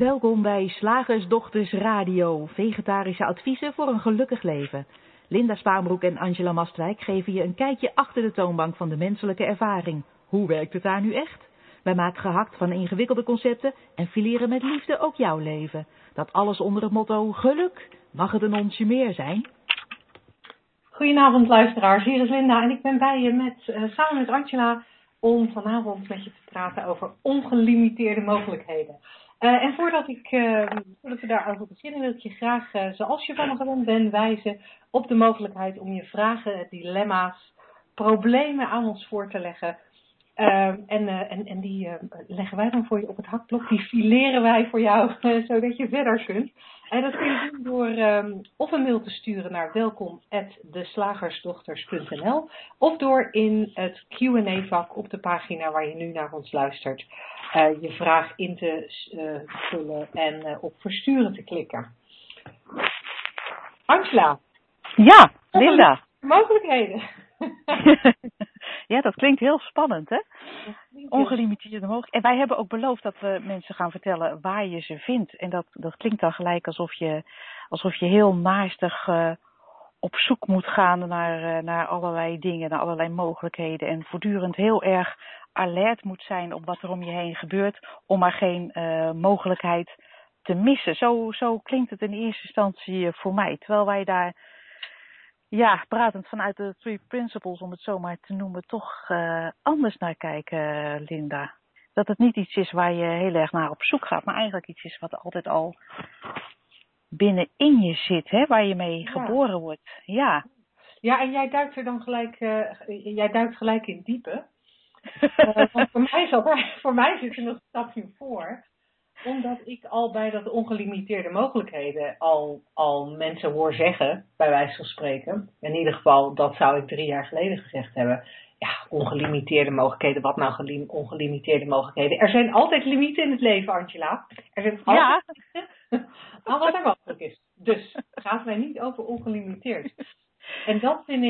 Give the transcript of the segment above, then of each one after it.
Welkom bij Slagersdochters Radio, vegetarische adviezen voor een gelukkig leven. Linda Spaanbroek en Angela Mastwijk geven je een kijkje achter de toonbank van de menselijke ervaring. Hoe werkt het daar nu echt? Wij maken gehakt van ingewikkelde concepten en fileren met liefde ook jouw leven. Dat alles onder het motto geluk. Mag het een onsje meer zijn? Goedenavond luisteraars, hier is Linda en ik ben bij je samen met Angela om vanavond met je te praten over ongelimiteerde mogelijkheden. En voordat we daarover beginnen wil ik je graag, zoals je van me gewend bent, wijzen op de mogelijkheid om je vragen, dilemma's, problemen aan ons voor te leggen. En die leggen wij dan voor je op het hakblok, die fileren wij voor jou, zodat je verder kunt. En dat kun je doen door of een mail te sturen naar welkom@deslagersdochters.nl of door in het Q&A-vak op de pagina waar je nu naar ons luistert je vraag in te vullen en op versturen te klikken. Angela. Ja, Linda. Mogelijkheden. Ja, dat klinkt heel spannend, hè? Ongelimiteerde mogelijkheden. En wij hebben ook beloofd dat we mensen gaan vertellen waar je ze vindt. En dat klinkt dan gelijk alsof je heel naastig op zoek moet gaan naar allerlei dingen, naar allerlei mogelijkheden. En voortdurend heel erg alert moet zijn op wat er om je heen gebeurt, om maar geen mogelijkheid te missen. Zo klinkt het in eerste instantie voor mij. Terwijl wij daar, ja, pratend vanuit de 3 principles, om het zo maar te noemen, toch anders naar kijken, Linda. Dat het niet iets is waar je heel erg naar op zoek gaat, maar eigenlijk iets is wat altijd al binnenin je zit, hè, waar je mee geboren wordt. Ja. Ja, en jij duikt er dan gelijk in diepe. Want voor mij zit er nog een stapje voor. Omdat ik al bij dat ongelimiteerde mogelijkheden al mensen hoor zeggen, bij wijze van spreken. In ieder geval, dat zou ik 3 jaar geleden gezegd hebben. Ja, ongelimiteerde mogelijkheden. Wat nou ongelimiteerde mogelijkheden? Er zijn altijd limieten in het leven, Angela. Er zijn altijd limieten aan wat er mogelijk is. Dus gaat mij niet over ongelimiteerd. En dat vind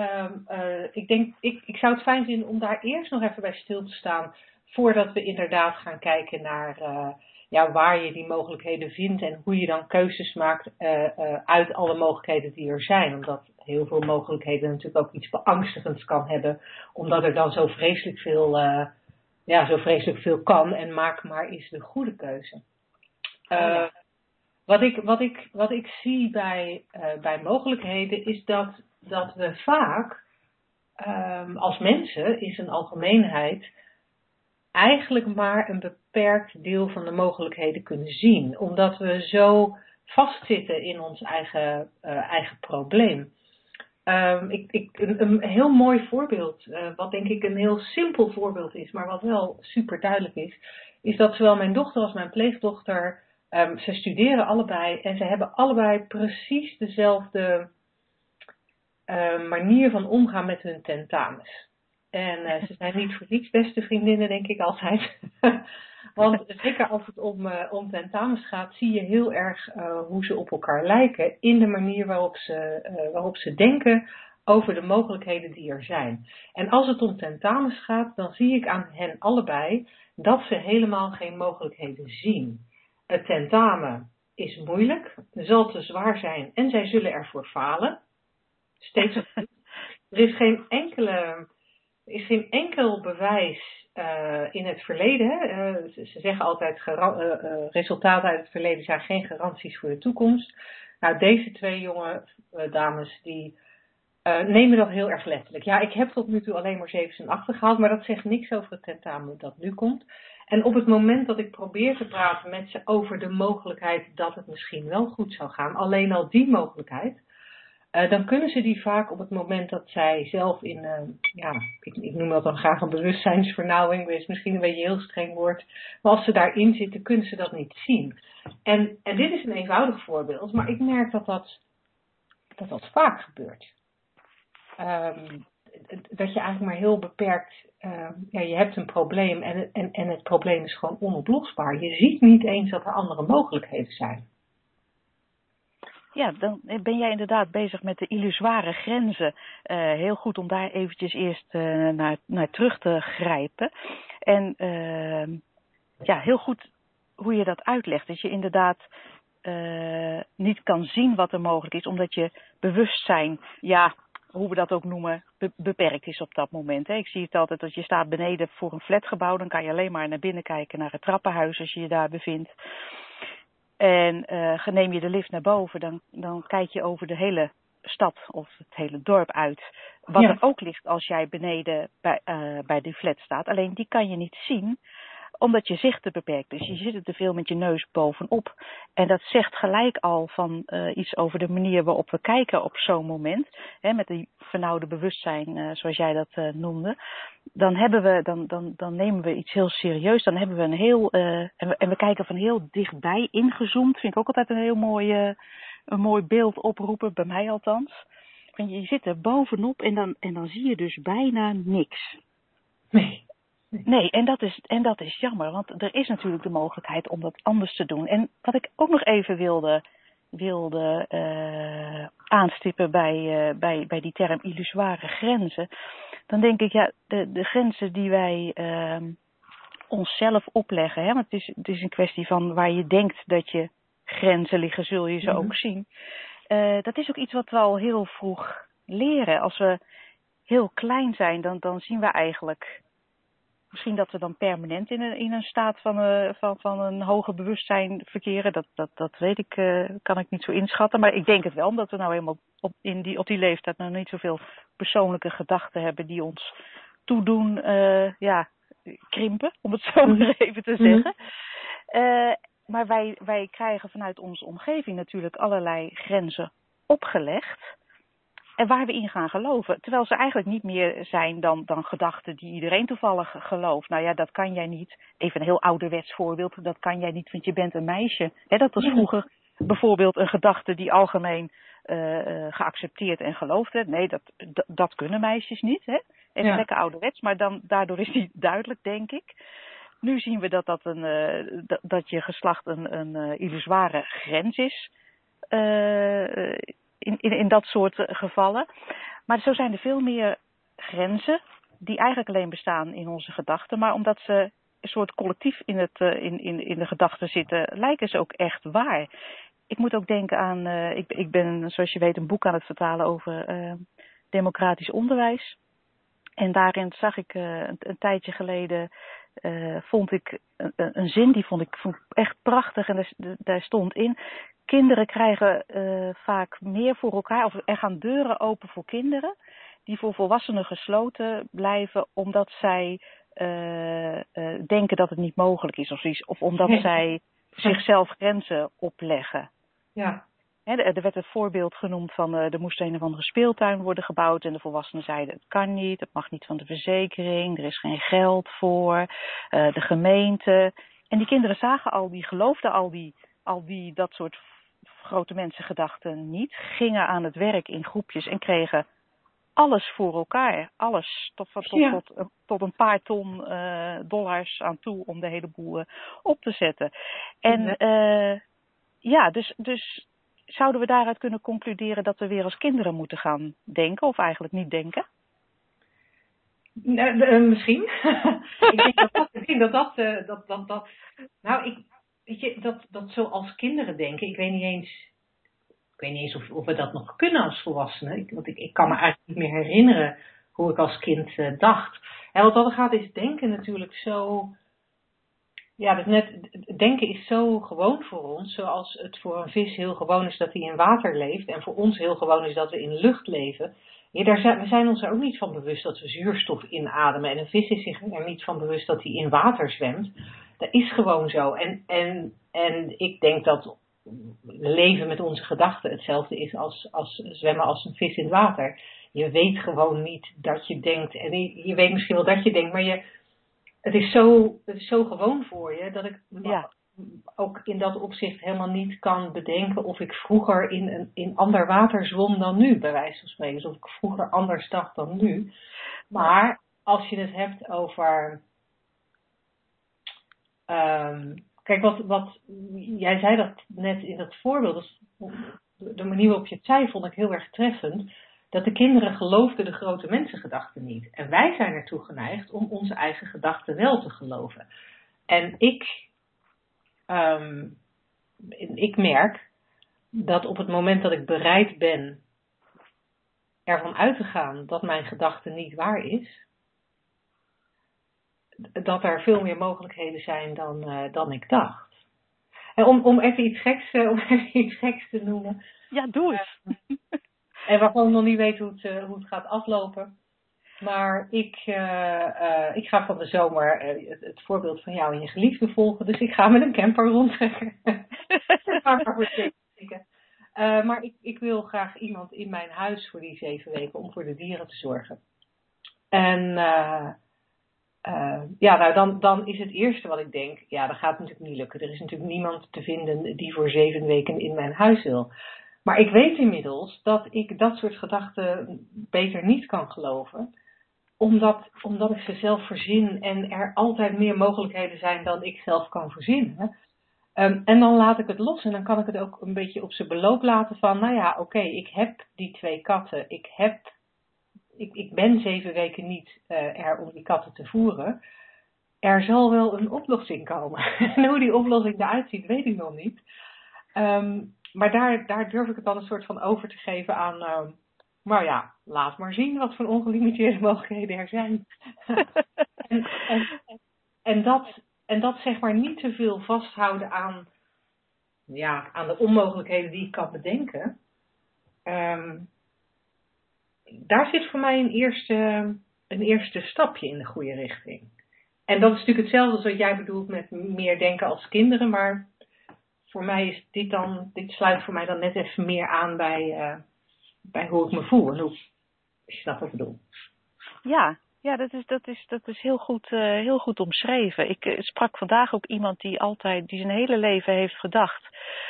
ik zou het fijn vinden om daar eerst nog even bij stil te staan, voordat we inderdaad gaan kijken naar waar je die mogelijkheden vindt en hoe je dan keuzes maakt uit alle mogelijkheden die er zijn. Omdat heel veel mogelijkheden natuurlijk ook iets beangstigends kan hebben, omdat er dan zo vreselijk veel kan en maak maar is de goede keuze. Wat ik zie bij mogelijkheden is dat we vaak als mensen in zijn algemeenheid eigenlijk maar een beperkt deel van de mogelijkheden kunnen zien. Omdat we zo vastzitten in ons eigen probleem. Een heel mooi voorbeeld, wat denk ik een heel simpel voorbeeld is, maar wat wel super duidelijk is dat zowel mijn dochter als mijn pleegdochter, ze studeren allebei en ze hebben allebei precies dezelfde manier van omgaan met hun tentamens. En ze zijn niet voor niets beste vriendinnen, denk ik altijd. Want zeker als het om tentamens gaat, zie je heel erg hoe ze op elkaar lijken in de manier waarop ze denken over de mogelijkheden die er zijn. En als het om tentamens gaat, dan zie ik aan hen allebei dat ze helemaal geen mogelijkheden zien. Het tentamen is moeilijk, zal te zwaar zijn en zij zullen ervoor falen. Steeds opnieuw. Er is geen enkel bewijs in het verleden. Ze zeggen altijd resultaten uit het verleden zijn geen garanties voor de toekomst. Nou, deze 2 jonge dames die nemen dat heel erg letterlijk. Ja, ik heb tot nu toe alleen maar 7's en 8's gehaald, maar dat zegt niks over het tentamen dat nu komt. En op het moment dat ik probeer te praten met ze over de mogelijkheid dat het misschien wel goed zou gaan, alleen al die mogelijkheid, dan kunnen ze die vaak op het moment dat zij zelf in, ik noem dat dan graag een bewustzijnsvernauwing, is misschien een beetje heel streng woord, maar als ze daarin zitten, kunnen ze dat niet zien. En dit is een eenvoudig voorbeeld, maar ik merk dat vaak gebeurt. Dat je eigenlijk maar heel beperkt, je hebt een probleem en het probleem is gewoon onoplosbaar. Je ziet niet eens dat er andere mogelijkheden zijn. Ja, dan ben jij inderdaad bezig met de illusoire grenzen. Heel goed om daar eventjes eerst naar terug te grijpen. En heel goed hoe je dat uitlegt. Dat je inderdaad niet kan zien wat er mogelijk is, omdat je bewustzijn, ja, hoe we dat ook noemen, beperkt is op dat moment. Hè. Ik zie het altijd, als je staat beneden voor een flatgebouw, dan kan je alleen maar naar binnen kijken, naar het trappenhuis als je je daar bevindt. En neem je de lift naar boven, dan kijk je over de hele stad of het hele dorp uit. Wat er ook ligt als jij beneden bij die flat staat. Alleen die kan je niet zien, omdat je zicht te beperkt is. Je zit er te veel met je neus bovenop. En dat zegt gelijk al van iets over de manier waarop we kijken op zo'n moment. Hè, met die vernauwde bewustzijn, zoals jij dat noemde. Dan nemen we iets heel serieus. Dan hebben we een heel... en we kijken van heel dichtbij, ingezoomd. Vind ik ook altijd een mooi beeld oproepen, bij mij althans. Je zit er bovenop en dan zie je dus bijna niks. Nee, en dat is jammer, want er is natuurlijk de mogelijkheid om dat anders te doen. En wat ik ook nog even wilde aanstippen bij die term illusoire grenzen, dan denk ik, ja, de grenzen die wij onszelf opleggen, hè, want het is een kwestie van waar je denkt dat je grenzen liggen, zul je ze ook zien. Dat is ook iets wat we al heel vroeg leren. Als we heel klein zijn, dan zien we eigenlijk... Misschien dat we dan permanent in een staat van een hoger bewustzijn verkeren. Dat weet ik, kan ik niet zo inschatten. Maar ik denk het wel, omdat we nou helemaal op die leeftijd nog niet zoveel persoonlijke gedachten hebben die ons toedoen, krimpen, om het zo maar even te zeggen. Maar wij krijgen vanuit onze omgeving natuurlijk allerlei grenzen opgelegd. En waar we in gaan geloven. Terwijl ze eigenlijk niet meer zijn dan gedachten die iedereen toevallig gelooft. Nou ja, dat kan jij niet. Even een heel ouderwets voorbeeld. Dat kan jij niet, want je bent een meisje. Hè, dat was vroeger bijvoorbeeld een gedachte die algemeen geaccepteerd en geloofd werd. Nee, dat kunnen meisjes niet. Hè? Even lekker ouderwets, maar daardoor is die duidelijk, denk ik. Nu zien we dat je geslacht een illusoire grens is. In dat soort gevallen. Maar zo zijn er veel meer grenzen die eigenlijk alleen bestaan in onze gedachten. Maar omdat ze een soort collectief in de gedachten zitten, lijken ze ook echt waar. Ik moet ook denken aan... Ik ben, zoals je weet, een boek aan het vertalen over democratisch onderwijs. En daarin zag ik een tijdje geleden... vond ik een zin, die vond ik echt prachtig. En daar stond in... Kinderen krijgen vaak meer voor elkaar, of er gaan deuren open voor kinderen die voor volwassenen gesloten blijven, omdat zij denken dat het niet mogelijk is of iets, of omdat zij zichzelf grenzen opleggen. Ja. Er werd een voorbeeld genoemd van er moest een of andere speeltuin worden gebouwd en de volwassenen zeiden het kan niet, het mag niet van de verzekering, er is geen geld voor, de gemeente. En die kinderen geloofden al die dat soort grote mensengedachten niet, gingen aan het werk in groepjes en kregen alles voor elkaar. Alles, tot een paar ton dollars aan toe om de hele boel op te zetten. En dus zouden we daaruit kunnen concluderen dat we weer als kinderen moeten gaan denken of eigenlijk niet denken? Misschien. Ik denk dat weet je, dat zo als kinderen denken, ik weet niet eens of we dat nog kunnen als volwassenen. Want ik kan me eigenlijk niet meer herinneren hoe ik als kind dacht. En wat dat gaat is denken natuurlijk zo... Ja, denken is zo gewoon voor ons, zoals het voor een vis heel gewoon is dat hij in water leeft. En voor ons heel gewoon is dat we in lucht leven. Ja, we zijn ons er ook niet van bewust dat we zuurstof inademen. En een vis is zich er niet van bewust dat hij in water zwemt. Dat is gewoon zo. En ik denk dat leven met onze gedachten hetzelfde is als zwemmen als een vis in het water. Je weet gewoon niet dat je denkt. En je weet misschien wel dat je denkt, maar het is zo gewoon voor je dat ik ook in dat opzicht helemaal niet kan bedenken of ik vroeger in ander water zwom dan nu, bij wijze van spreken. Dus of ik vroeger anders dacht dan nu. Maar als je het hebt over... kijk, wat jij zei dat net in dat voorbeeld, dus de manier waarop je het zei, vond ik heel erg treffend. Dat de kinderen geloofden de grote mensengedachten niet. En wij zijn ertoe geneigd om onze eigen gedachten wel te geloven. En ik ik merk dat op het moment dat ik bereid ben ervan uit te gaan dat mijn gedachte niet waar is, dat er veel meer mogelijkheden zijn dan ik dacht. En om even iets geks te noemen. Ja, doe eens. En waarvan ik nog niet weet hoe het gaat aflopen. Maar ik ga van de zomer het voorbeeld van jou en je geliefde volgen. Dus ik ga met een camper rondtrekken. Maar ik wil graag iemand in mijn huis voor die 7 weken om voor de dieren te zorgen. En dan is het eerste wat ik denk, ja, dat gaat natuurlijk niet lukken. Er is natuurlijk niemand te vinden die voor 7 weken in mijn huis wil. Maar ik weet inmiddels dat ik dat soort gedachten beter niet kan geloven. Omdat ik ze zelf verzin en er altijd meer mogelijkheden zijn dan ik zelf kan verzinnen. En dan laat ik het los en dan kan ik het ook een beetje op zijn beloop laten van, nou ja, oké, ik heb die 2 katten. Ik ben 7 weken niet er om die katten te voeren. Er zal wel een oplossing komen. En hoe die oplossing eruit ziet, weet ik nog niet. Maar daar durf ik het dan een soort van over te geven aan, maar ja, laat maar zien wat voor ongelimiteerde mogelijkheden er zijn. en dat zeg maar niet te veel vasthouden aan de onmogelijkheden die ik kan bedenken. Daar zit voor mij een eerste stapje in de goede richting. En dat is natuurlijk hetzelfde als wat jij bedoelt met meer denken als kinderen, maar voor mij is dit sluit voor mij dan net even meer aan bij hoe ik me voel en hoe, als je snapt wat ik bedoel. Ja, dat is heel goed omschreven. Ik sprak vandaag ook iemand die zijn hele leven heeft gedacht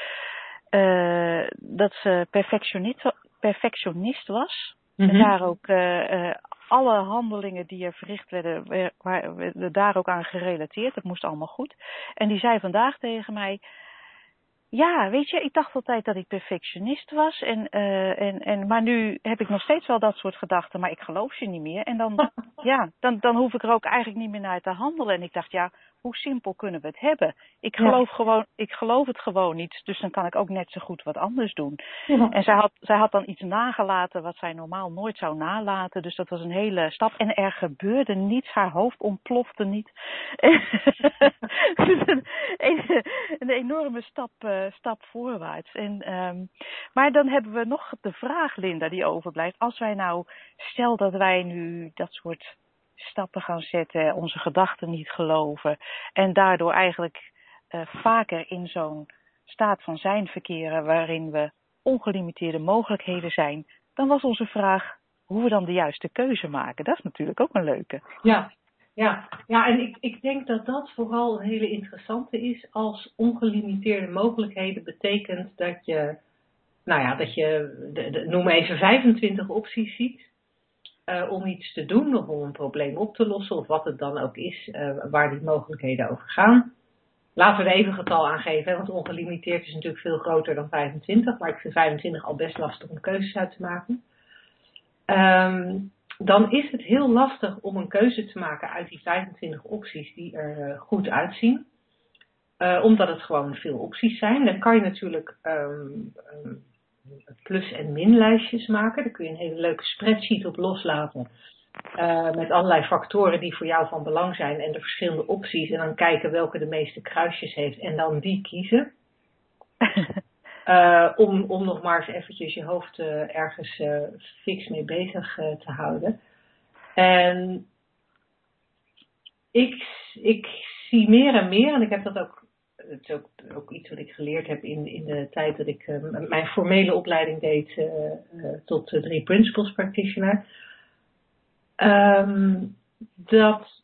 dat ze perfectionist was. Mm-hmm. En daar ook alle handelingen die er verricht werden daar ook aan gerelateerd. Dat moest allemaal goed. En die zei vandaag tegen mij, ja, weet je, ik dacht altijd dat ik perfectionist was. Maar nu heb ik nog steeds wel dat soort gedachten, maar ik geloof ze niet meer. En dan hoef ik er ook eigenlijk niet meer naar te handelen. En ik dacht, ja, hoe simpel kunnen we het hebben? Ik geloof het gewoon niet, dus dan kan ik ook net zo goed wat anders doen. Ja. En zij had dan iets nagelaten wat zij normaal nooit zou nalaten. Dus dat was een hele stap. En er gebeurde niets, haar hoofd ontplofte niet. Een enorme stap voorwaarts. Maar dan hebben we nog de vraag, Linda, die overblijft. Als wij nou, stel dat wij nu dat soort stappen gaan zetten, onze gedachten niet geloven en daardoor eigenlijk vaker in zo'n staat van zijn verkeren waarin we ongelimiteerde mogelijkheden zijn, dan was onze vraag hoe we dan de juiste keuze maken. Dat is natuurlijk ook een leuke. Ja, en ik denk dat vooral een hele interessante is als ongelimiteerde mogelijkheden betekent dat je noem even 25 opties ziet om iets te doen of om een probleem op te lossen of wat het dan ook is waar die mogelijkheden over gaan. Laten we er even een getal aangeven, want ongelimiteerd is natuurlijk veel groter dan 25, maar ik vind 25 al best lastig om keuzes uit te maken. Dan is het heel lastig om een keuze te maken uit die 25 opties die er goed uitzien. Omdat het gewoon veel opties zijn. Dan kan je natuurlijk plus- en minlijstjes maken. Daar kun je een hele leuke spreadsheet op loslaten. Met allerlei factoren die voor jou van belang zijn en de verschillende opties. En dan kijken welke de meeste kruisjes heeft en dan die kiezen. Om nog maar eens eventjes je hoofd ergens fix mee bezig te houden. En ik zie meer en meer, en ik heb dat ook, het is ook iets wat ik geleerd heb in de tijd dat ik mijn formele opleiding deed tot 3 Principles Practitioner. Dat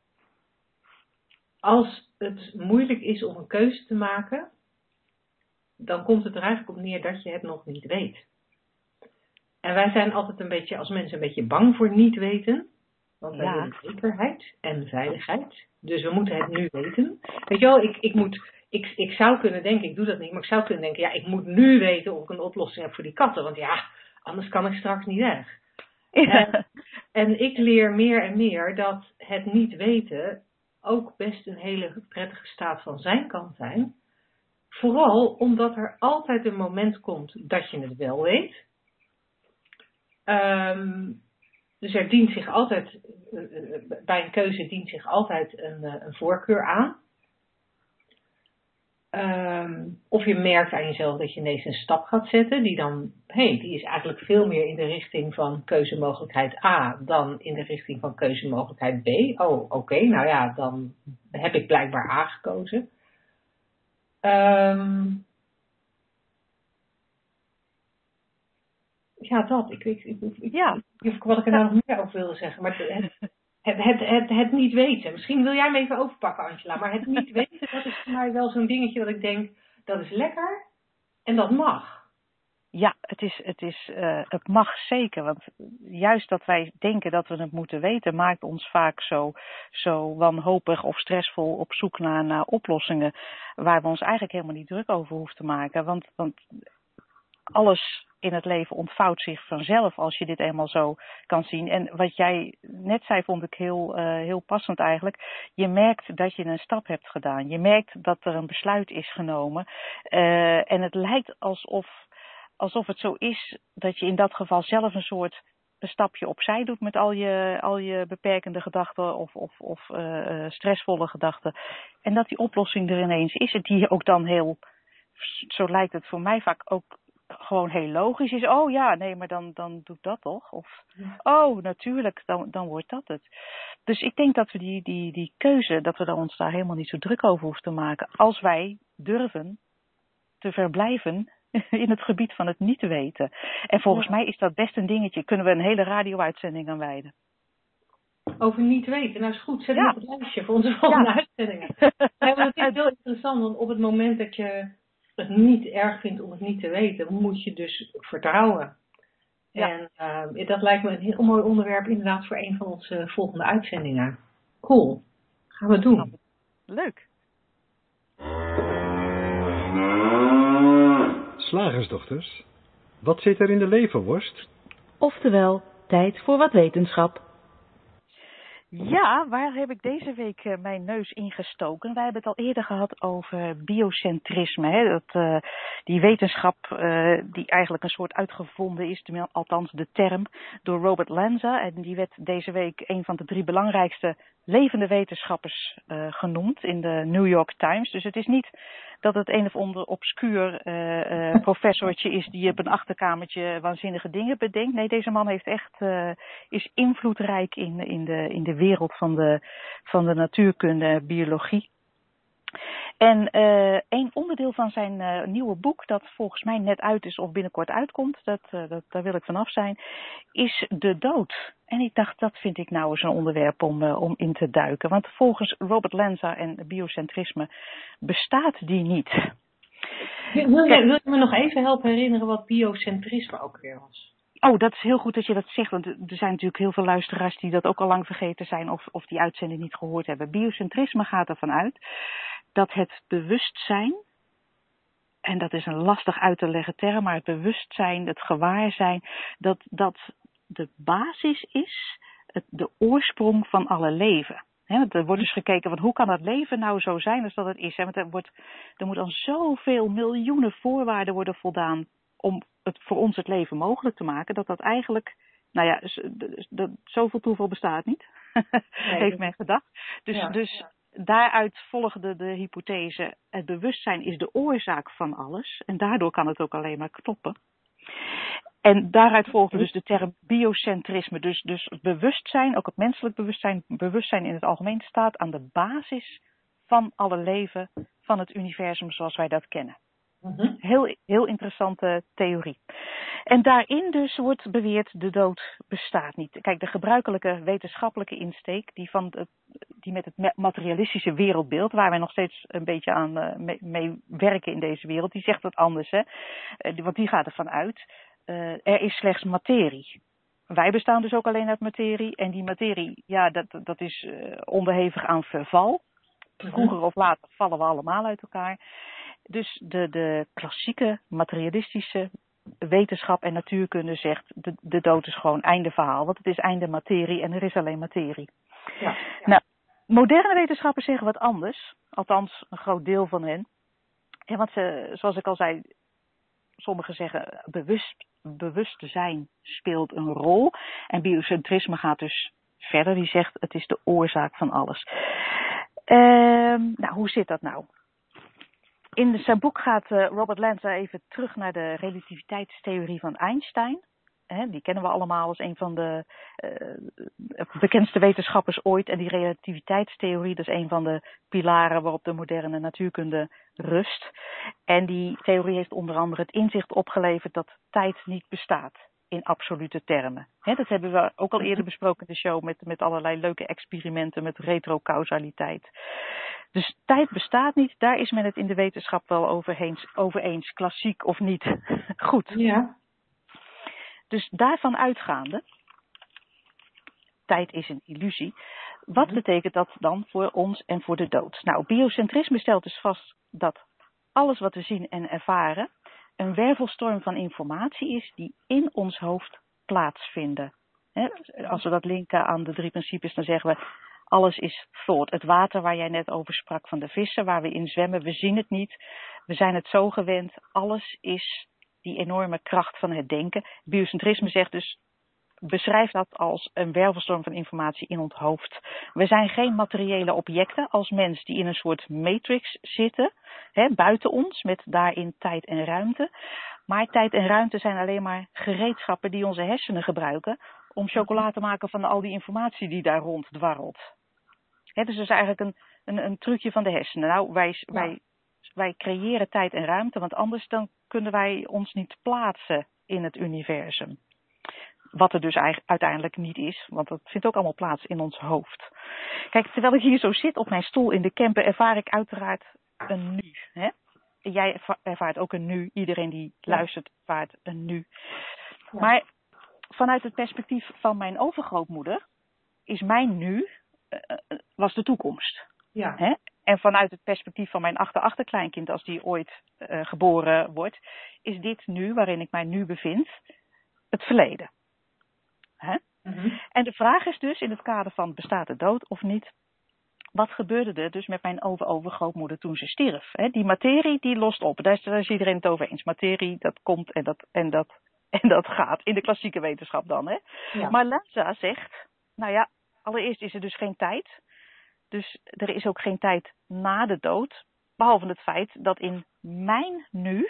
als het moeilijk is om een keuze te maken, dan komt het er eigenlijk op neer dat je het nog niet weet. En wij zijn altijd een beetje, als mensen, een beetje bang voor niet weten. Want wij willen zekerheid en veiligheid. Dus we moeten het nu weten. Weet je wel, ik zou kunnen denken, ik doe dat niet, maar ik zou kunnen denken, ja, ik moet nu weten of ik een oplossing heb voor die katten. Want ja, anders kan ik straks niet weg. Ja. En ik leer meer en meer dat het niet weten ook best een hele prettige staat van zijn kan zijn. Vooral omdat er altijd een moment komt dat je het wel weet. Dus er dient zich altijd, bij een keuze dient zich altijd een voorkeur aan. Of je merkt aan jezelf dat je ineens een stap gaat zetten die is eigenlijk veel meer in de richting van keuzemogelijkheid A dan in de richting van keuzemogelijkheid B. Oh, oké, nou ja, dan heb ik blijkbaar A gekozen. Ja, dat. Ik wat ik er nou nog meer over wilde zeggen. Maar het niet weten. Misschien wil jij hem even overpakken, Angela. Maar het niet weten, dat is voor mij wel zo'n dingetje dat ik denk, dat is lekker en dat mag. Ja, het mag zeker. Want juist dat wij denken dat we het moeten weten, maakt ons vaak zo wanhopig of stressvol op zoek naar oplossingen. Waar we ons eigenlijk helemaal niet druk over hoeven te maken. Want alles in het leven ontvouwt zich vanzelf als je dit eenmaal zo kan zien. En wat jij net zei vond ik heel passend eigenlijk. Je merkt dat je een stap hebt gedaan. Je merkt dat er een besluit is genomen. En het lijkt alsof het zo is dat je in dat geval zelf een stapje opzij doet met al je beperkende gedachten of stressvolle gedachten. En dat die oplossing er ineens is. Die ook dan zo lijkt het voor mij vaak ook gewoon heel logisch is. Oh ja, nee, maar dan doe ik dat toch? Of, oh, natuurlijk, dan wordt dat het. Dus ik denk dat we die keuze, dat we ons daar helemaal niet zo druk over hoeven te maken. Als wij durven te verblijven in het gebied van het niet weten. En volgens mij is dat best een dingetje. Kunnen we een hele radio-uitzending aan wijden. Over niet weten. Nou is goed, zet hem op het lijstje voor onze volgende uitzendingen. Want het is heel interessant, want op het moment dat je het niet erg vindt om het niet te weten, moet je dus vertrouwen. Ja. En dat lijkt me een heel mooi onderwerp inderdaad voor een van onze volgende uitzendingen. Cool. Gaan we doen. Leuk. Slagersdochters, wat zit er in de leverworst? Oftewel, tijd voor wat wetenschap. Ja, waar heb ik deze week mijn neus in gestoken? Wij hebben het al eerder gehad over biocentrisme. Hè? Die wetenschap die eigenlijk een soort uitgevonden is, althans de term, door Robert Lanza. En die werd deze week een van de 3 belangrijkste levende wetenschappers genoemd in de New York Times. Dus het is niet dat het een of ander obscuur professortje is die op een achterkamertje waanzinnige dingen bedenkt. Nee, deze man heeft is invloedrijk in de wereld van de natuurkunde, biologie. En een onderdeel van zijn nieuwe boek, dat volgens mij net uit is of binnenkort uitkomt, daar wil ik vanaf zijn, is de dood. En ik dacht, dat vind ik nou eens een onderwerp om in te duiken. Want volgens Robert Lanza en biocentrisme bestaat die niet. Wil je me nog even helpen herinneren wat biocentrisme ook weer was? Oh, dat is heel goed dat je dat zegt, want er zijn natuurlijk heel veel luisteraars die dat ook al lang vergeten zijn of die uitzending niet gehoord hebben. Biocentrisme gaat ervan uit dat het bewustzijn, en dat is een lastig uit te leggen term, maar het bewustzijn, het gewaarzijn, dat de basis is, de oorsprong van alle leven. Want er wordt dus gekeken van hoe kan dat leven nou zo zijn als dat het is. Want er moet aan zoveel miljoenen voorwaarden worden voldaan om voor ons het leven mogelijk te maken, dat eigenlijk, nou ja, zoveel toeval bestaat niet, heeft men gedacht. Dus daaruit volgde de hypothese, het bewustzijn is de oorzaak van alles en daardoor kan het ook alleen maar kloppen. En daaruit volgde dus de term biocentrisme. Dus het bewustzijn, ook het menselijk bewustzijn in het algemeen, staat aan de basis van alle leven van het universum zoals wij dat kennen. Heel interessante theorie. En daarin dus wordt beweerd, de dood bestaat niet. Kijk, de gebruikelijke wetenschappelijke insteek, die met het materialistische wereldbeeld, waar wij nog steeds een beetje aan mee werken in deze wereld, die zegt wat anders. Hè? Want die gaat ervan uit, er is slechts materie. Wij bestaan dus ook alleen uit materie. En die materie, ja, dat is onderhevig aan verval. Vroeger of later vallen we allemaal uit elkaar. Dus de klassieke materialistische wetenschap en natuurkunde zegt, de dood is gewoon einde verhaal. Want het is einde materie en er is alleen materie. Ja. Nou, moderne wetenschappers zeggen wat anders. Althans, een groot deel van hen. Ja, want zoals ik al zei, sommigen zeggen bewustzijn speelt een rol. En biocentrisme gaat dus verder. Die zegt het is de oorzaak van alles. Nou, hoe zit dat nou? In zijn boek gaat Robert Lanza even terug naar de relativiteitstheorie van Einstein. Die kennen we allemaal als een van de bekendste wetenschappers ooit. En die relativiteitstheorie, dat is een van de pilaren waarop de moderne natuurkunde rust. En die theorie heeft onder andere het inzicht opgeleverd dat tijd niet bestaat in absolute termen. Dat hebben we ook al eerder besproken in de show met allerlei leuke experimenten met retrocausaliteit. Dus tijd bestaat niet, daar is men het in de wetenschap wel over eens, klassiek of niet. Goed. Ja. Dus daarvan uitgaande, tijd is een illusie. Wat betekent dat dan voor ons en voor de dood? Nou, biocentrisme stelt dus vast dat alles wat we zien en ervaren een wervelstorm van informatie is die in ons hoofd plaatsvinden. Als we dat linken aan de 3 principes, dan zeggen we alles is thought. Het water waar jij net over sprak van de vissen, waar we in zwemmen, we zien het niet. We zijn het zo gewend. Alles is die enorme kracht van het denken. Biocentrisme zegt dus, beschrijf dat als een wervelstorm van informatie in ons hoofd. We zijn geen materiële objecten als mens die in een soort matrix zitten, buiten ons, met daarin tijd en ruimte. Maar tijd en ruimte zijn alleen maar gereedschappen die onze hersenen gebruiken om chocola te maken van al die informatie die daar rond dwarrelt. Dus dat is eigenlijk een trucje van de hersenen. Nou, wij creëren tijd en ruimte, want anders dan kunnen wij ons niet plaatsen in het universum. Wat er dus uiteindelijk niet is, want dat vindt ook allemaal plaats in ons hoofd. Kijk, terwijl ik hier zo zit op mijn stoel in de camper, ervaar ik uiteraard een nu. Jij ervaart ook een nu. Iedereen die luistert ervaart een nu. Ja. Maar vanuit het perspectief van mijn overgrootmoeder is mijn nu was de toekomst. Ja. En vanuit het perspectief van mijn achterkleinkind, als die ooit geboren wordt, is dit nu, waarin ik mij nu bevind, het verleden. Mm-hmm. En de vraag is dus in het kader van bestaat de dood of niet, wat gebeurde er dus met mijn overgrootmoeder toen ze stierf? Die materie die lost op, daar is iedereen het over eens. Materie, dat komt en dat gaat, in de klassieke wetenschap dan. Ja. Maar Lanza zegt, nou ja, allereerst is er dus geen tijd. Dus er is ook geen tijd na de dood, behalve het feit dat in mijn nu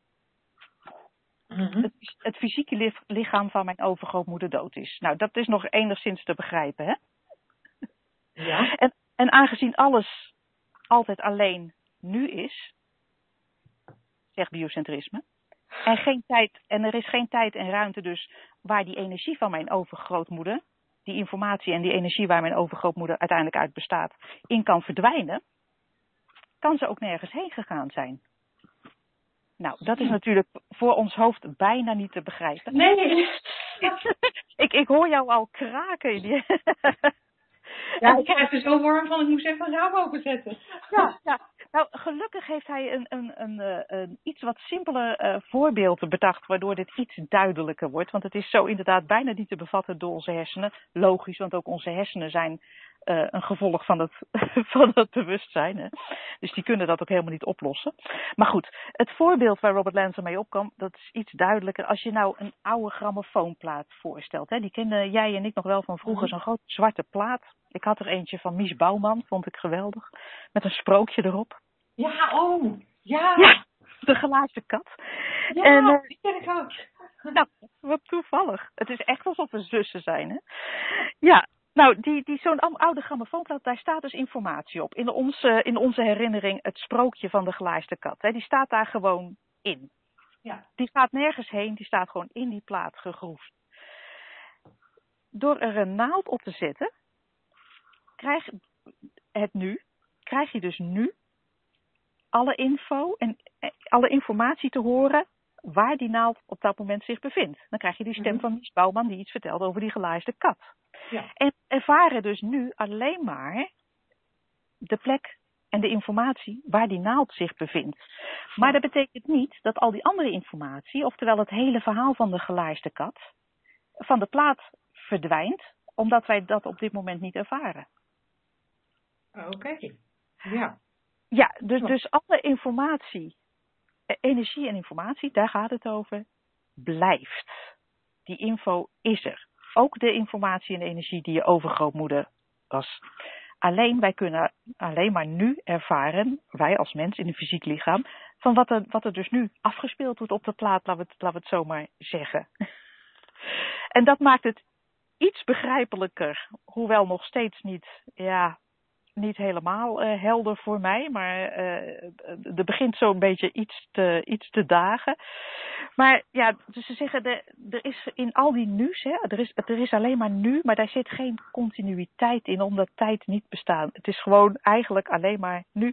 het fysieke lichaam van mijn overgrootmoeder dood is. Nou, dat is nog enigszins te begrijpen, hè? Ja. En aangezien alles altijd alleen nu is, zegt biocentrisme, en er is geen tijd en ruimte dus waar die energie van mijn overgrootmoeder, die informatie en die energie waar mijn overgrootmoeder uiteindelijk uit bestaat, in kan verdwijnen, kan ze ook nergens heen gegaan zijn. Nou, dat is natuurlijk voor ons hoofd bijna niet te begrijpen. Nee. Ik hoor jou al kraken. Ja, ik krijg er zo warm van, ik moest even een raam openzetten. Ja. Nou, gelukkig heeft hij een iets wat simpeler voorbeeld bedacht, waardoor dit iets duidelijker wordt. Want het is zo inderdaad bijna niet te bevatten door onze hersenen. Logisch, want ook onze hersenen zijn een gevolg van het bewustzijn. Hè? Dus die kunnen dat ook helemaal niet oplossen. Maar goed, het voorbeeld waar Robert Lanza mee opkwam, dat is iets duidelijker. Als je nou een oude grammofoonplaat voorstelt. Hè? Die kenden jij en ik nog wel van vroeger, zo'n grote zwarte plaat. Ik had er eentje van Mies Bouwman, vond ik geweldig. Met een sprookje erop. Ja, oh, ja. Ja, de glazen kat. Ja, en, die ken ik ook. Nou, wat toevallig. Het is echt alsof we zussen zijn, hè? Ja, nou, zo'n oude grammofoonplaat, daar staat dus informatie op. In onze herinnering het sprookje van de glazen kat. Hè? Die staat daar gewoon in. Ja. Die gaat nergens heen, die staat gewoon in die plaat gegroefd. Door er een naald op te zetten, krijg je dus nu alle info en alle informatie te horen waar die naald op dat moment zich bevindt. Dan krijg je die stem van Mies Bouwman die iets vertelt over die gelaarsde kat. Ja. En ervaren dus nu alleen maar de plek en de informatie waar die naald zich bevindt. Maar dat betekent niet dat al die andere informatie, oftewel het hele verhaal van de gelaarsde kat, van de plaat verdwijnt, omdat wij dat op dit moment niet ervaren. Oké. Ja. Ja, dus alle informatie, energie en informatie, daar gaat het over, blijft. Die info is er. Ook de informatie en de energie die je overgrootmoeder was. Alleen, wij kunnen alleen maar nu ervaren, wij als mens in een fysiek lichaam, van wat er dus nu afgespeeld wordt op de plaat, laten we het zo maar zeggen. En dat maakt het iets begrijpelijker, hoewel nog steeds niet helemaal helder voor mij, maar er begint zo'n beetje iets te dagen. Maar ja, dus ze zeggen, er is in al die nu's, hè, er is alleen maar nu, maar daar zit geen continuïteit in, omdat tijd niet bestaat. Het is gewoon eigenlijk alleen maar nu.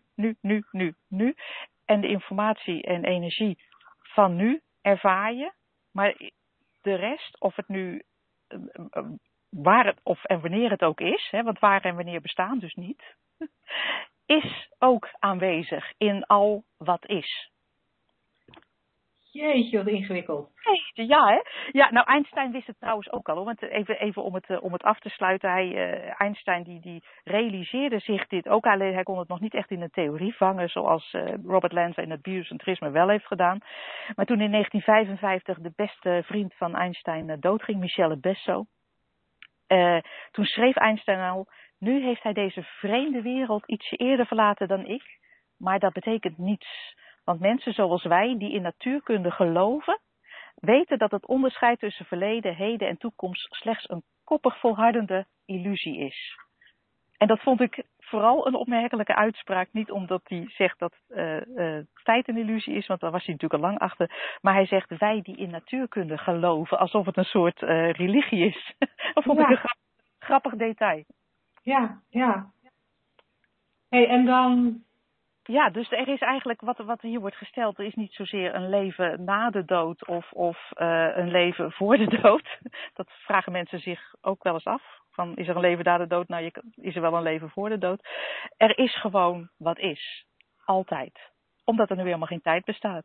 En de informatie en energie van nu ervaar je, maar de rest, of het nu waar het of en wanneer het ook is, hè, want waar en wanneer bestaan dus niet, is ook aanwezig in al wat is. Jeetje, wat ingewikkeld. Ja, hè? Ja, nou Einstein wist het trouwens ook al, hoor. Want even om het af te sluiten, Einstein die realiseerde zich dit ook, alleen hij kon het nog niet echt in een theorie vangen, zoals Robert Lanza in het biocentrisme wel heeft gedaan. Maar toen in 1955 de beste vriend van Einstein doodging, Michel Besso, toen schreef Einstein al, nu heeft hij deze vreemde wereld ietsje eerder verlaten dan ik, maar dat betekent niets. Want mensen zoals wij, die in natuurkunde geloven, weten dat het onderscheid tussen verleden, heden en toekomst slechts een koppig volhardende illusie is. En dat vond ik vooral een opmerkelijke uitspraak. Niet omdat hij zegt dat tijd een illusie is, want daar was hij natuurlijk al lang achter. Maar hij zegt, wij die in natuurkunde geloven, alsof het een soort religie is. Dat vond ik een grappig detail. Ja. Hey, en dan... Ja, dus er is eigenlijk, wat hier wordt gesteld, er is niet zozeer een leven na de dood of een leven voor de dood. Dat vragen mensen zich ook wel eens af. Van, is er een leven na de dood? Nou, is er wel een leven voor de dood? Er is gewoon wat is. Altijd. Omdat er nu helemaal geen tijd bestaat.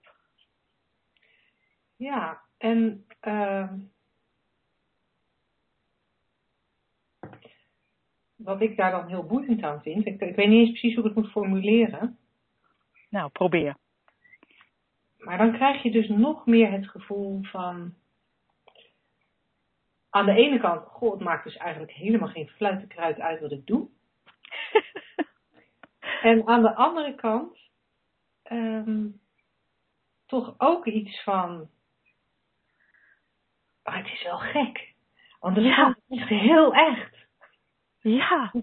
Ja, en... wat ik daar dan heel boeiend aan vind, ik weet niet eens precies hoe ik het moet formuleren. Nou, probeer. Maar dan krijg je dus nog meer het gevoel van... Aan de ene kant, goh, het maakt dus eigenlijk helemaal geen fluitenkruid uit wat ik doe. En aan de andere kant... toch ook iets van... Oh, het is wel gek. Want het is echt heel echt. Ja.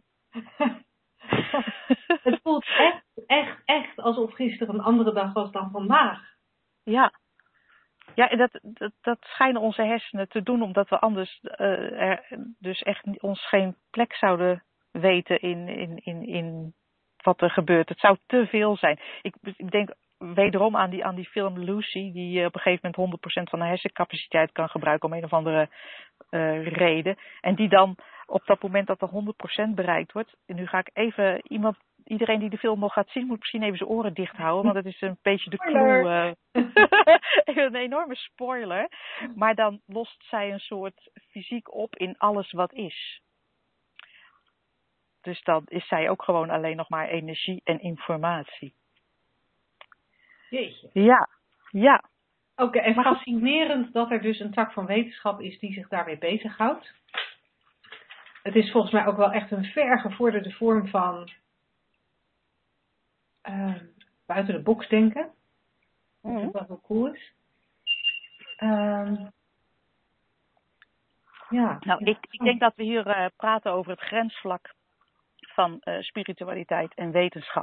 Het voelt echt alsof gisteren een andere dag was dan vandaag. Ja. Ja, dat schijnen onze hersenen te doen, omdat we anders dus echt ons geen plek zouden weten in wat er gebeurt. Het zou te veel zijn. Ik denk wederom aan die film Lucy, die op een gegeven moment 100% van de hersencapaciteit kan gebruiken om een of andere reden. En die dan op dat moment dat er 100% bereikt wordt. En nu ga ik even iedereen die de film nog gaat zien, moet misschien even zijn oren dicht houden, want dat is een beetje de clue. Een enorme spoiler. Maar dan lost zij een soort fysiek op in alles wat is. Dus dan is zij ook gewoon alleen nog maar energie en informatie. Jeetje. Ja. Oké, en fascinerend dat er dus een tak van wetenschap is die zich daarmee bezighoudt. Het is volgens mij ook wel echt een vergevorderde vorm van buiten de box denken. Wat ook wel heel cool is. Nou, ik denk dat we hier praten over het grensvlak van spiritualiteit en wetenschap.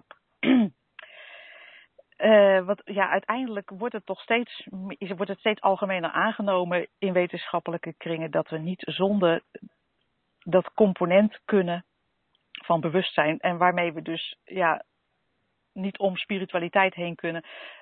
Uiteindelijk wordt het steeds algemener aangenomen in wetenschappelijke kringen dat we niet zonder dat component kunnen van bewustzijn en waarmee we dus niet om spiritualiteit heen kunnen.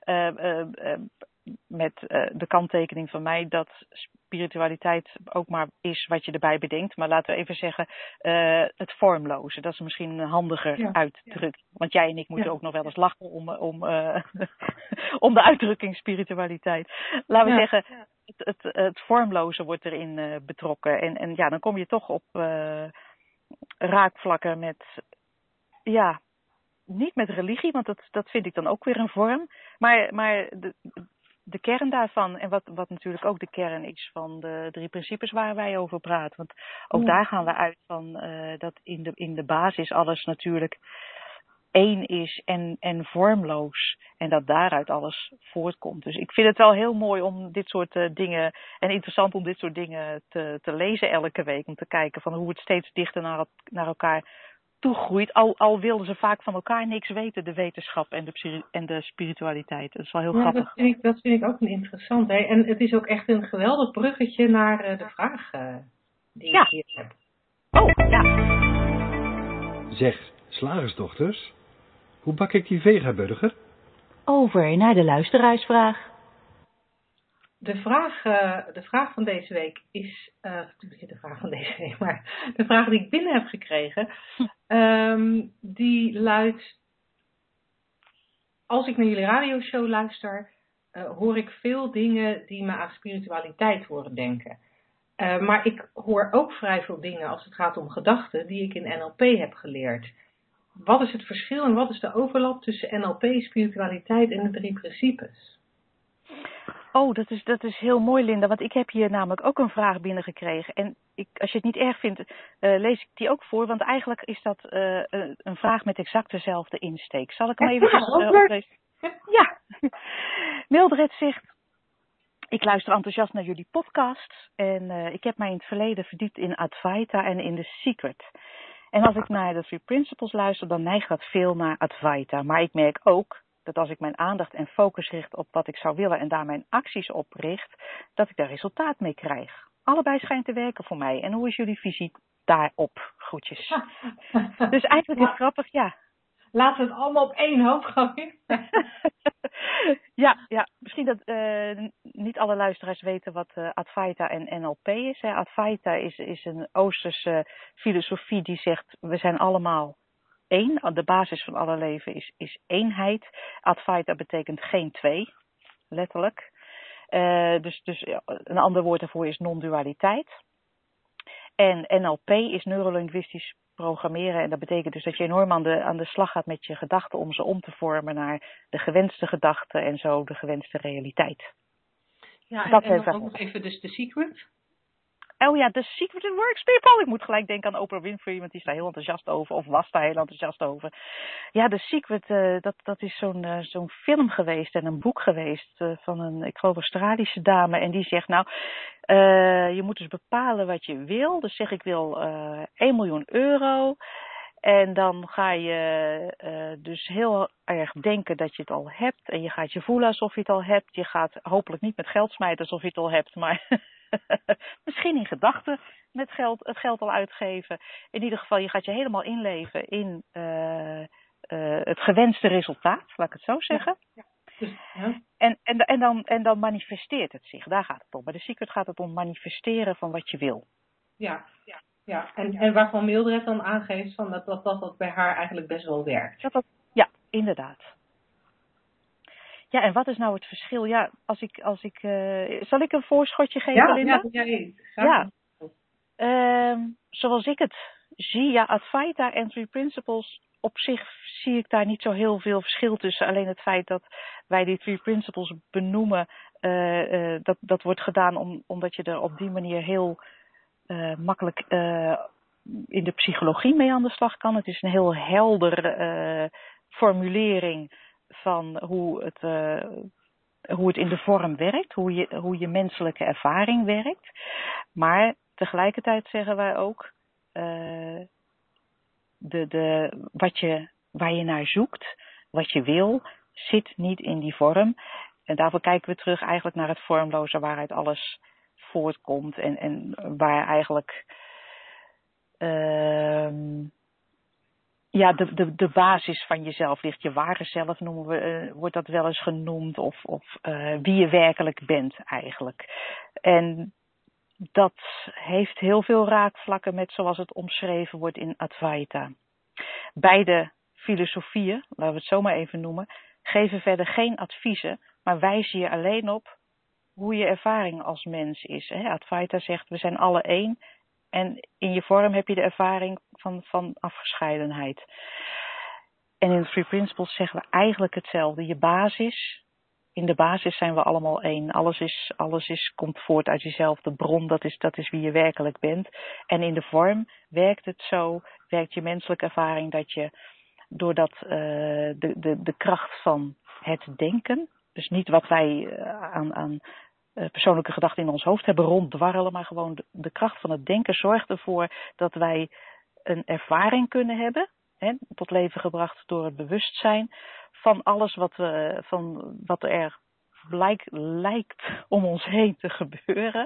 Met de kanttekening van mij dat spiritualiteit ook maar is wat je erbij bedenkt. Maar laten we even zeggen, het vormloze. Dat is misschien een handiger uitdruk. Want jij en ik moeten ook nog wel eens lachen om de uitdrukking spiritualiteit. Laten we zeggen, het vormloze wordt erin betrokken. En dan kom je toch op raakvlakken met niet met religie, want dat vind ik dan ook weer een vorm. Maar de kern daarvan, en wat natuurlijk ook de kern is van de 3 principes waar wij over praten. Want ook daar gaan we uit van dat in de basis alles natuurlijk één is en vormloos. En dat daaruit alles voortkomt. Dus ik vind het wel heel mooi om dit soort dingen, en interessant om dit soort dingen te lezen elke week. Om te kijken van hoe het steeds dichter naar elkaar toegroeit. Al wilden ze vaak van elkaar niks weten, de wetenschap en de spiritualiteit. Dat is wel heel grappig. Dat vind ik ook een interessant. Hè? En het is ook echt een geweldig bruggetje naar de vraag die ik hier heb. Oh, ja. Zeg, slagersdochters, hoe bak ik die vegaburger? Over naar de luisteraarsvraag. De vraag van deze week is, de vraag van deze week, maar de vraag die ik binnen heb gekregen, die luidt: als ik naar jullie radioshow luister, hoor ik veel dingen die me aan spiritualiteit horen denken. Maar ik hoor ook vrij veel dingen als het gaat om gedachten die ik in NLP heb geleerd. Wat is het verschil en wat is de overlap tussen NLP, spiritualiteit en de 3 principes? Oh, dat is heel mooi, Linda, want ik heb hier namelijk ook een vraag binnengekregen. En als je het niet erg vindt, lees ik die ook voor, want eigenlijk is dat een vraag met exact dezelfde insteek. Zal ik hem even oplezen? Ja. Mildred zegt: ik luister enthousiast naar jullie podcast en ik heb mij in het verleden verdiept in Advaita en in The Secret. En als ik naar de 3 Principles luister, dan neigt dat veel naar Advaita. Maar ik merk ook dat als ik mijn aandacht en focus richt op wat ik zou willen en daar mijn acties op richt, dat ik daar resultaat mee krijg. Allebei schijnt te werken voor mij. En hoe is jullie visie daarop? Groetjes. Dus eigenlijk is het grappig, ja. Laten we het allemaal op één hoop gooien. Ja, misschien dat niet alle luisteraars weten wat Advaita en NLP is. Hè. Advaita is een Oosterse filosofie die zegt: we zijn allemaal één. De basis van alle leven is eenheid. Advaita betekent geen twee, letterlijk. Dus een ander woord daarvoor is non-dualiteit. En NLP is neurolinguistisch programmeren. En dat betekent dus dat je enorm aan de slag gaat met je gedachten om ze om te vormen naar de gewenste gedachten en zo de gewenste realiteit. Ja, en dan ook nog even dus The Secret. Oh ja, The Secret, It Works, people. Ik moet gelijk denken aan Oprah Winfrey, want die is daar heel enthousiast over. Of was daar heel enthousiast over. Ja, The Secret, dat is zo'n film geweest en een boek geweest van een, ik geloof, Australische dame. En die zegt, nou, je moet dus bepalen wat je wil. Dus zeg, ik wil 1 miljoen euro. En dan ga je dus heel erg denken dat je het al hebt. En je gaat je voelen alsof je het al hebt. Je gaat hopelijk niet met geld smijten alsof je het al hebt, maar misschien in gedachten met het geld al uitgeven. In ieder geval, je gaat je helemaal inleven in het gewenste resultaat, laat ik het zo zeggen. Ja. En dan manifesteert het zich. Daar gaat het om. Bij The Secret gaat het om manifesteren van wat je wil. Ja. En waarvan Mildred dan aangeeft van dat bij haar eigenlijk best wel werkt. Ja, inderdaad. Ja, en wat is nou het verschil? Ja, zal ik een voorschotje geven, Linda? Ja. Zoals ik het zie, ja, Advaita en 3 Principles, op zich zie ik daar niet zo heel veel verschil tussen. Alleen het feit dat wij die 3 Principles benoemen, dat wordt gedaan omdat je er op die manier heel makkelijk in de psychologie mee aan de slag kan. Het is een heel helder formulering van hoe het in de vorm werkt, hoe je menselijke ervaring werkt. Maar tegelijkertijd zeggen wij ook, waar je naar zoekt, wat je wil, zit niet in die vorm. En daarvoor kijken we terug eigenlijk naar het vormloze waaruit alles voortkomt en waar eigenlijk de basis van jezelf ligt. Je ware zelf wordt dat wel eens genoemd of wie je werkelijk bent eigenlijk. En dat heeft heel veel raakvlakken met zoals het omschreven wordt in Advaita. Beide filosofieën, laten we het zo maar even noemen, geven verder geen adviezen, maar wijzen je alleen op hoe je ervaring als mens is. Advaita zegt, we zijn alle één. En in je vorm heb je de ervaring van afgescheidenheid. En in de Three Principles zeggen we eigenlijk hetzelfde. Je basis, in de basis zijn we allemaal één. Alles komt voort uit jezelf. De bron, dat is wie je werkelijk bent. En in de vorm werkt het zo, werkt je menselijke ervaring dat je doordat de kracht van het denken, dus niet wat wij aan persoonlijke gedachten in ons hoofd hebben ronddwarrelen, maar gewoon de kracht van het denken zorgt ervoor dat wij een ervaring kunnen hebben, tot leven gebracht door het bewustzijn van alles wat er lijkt om ons heen te gebeuren.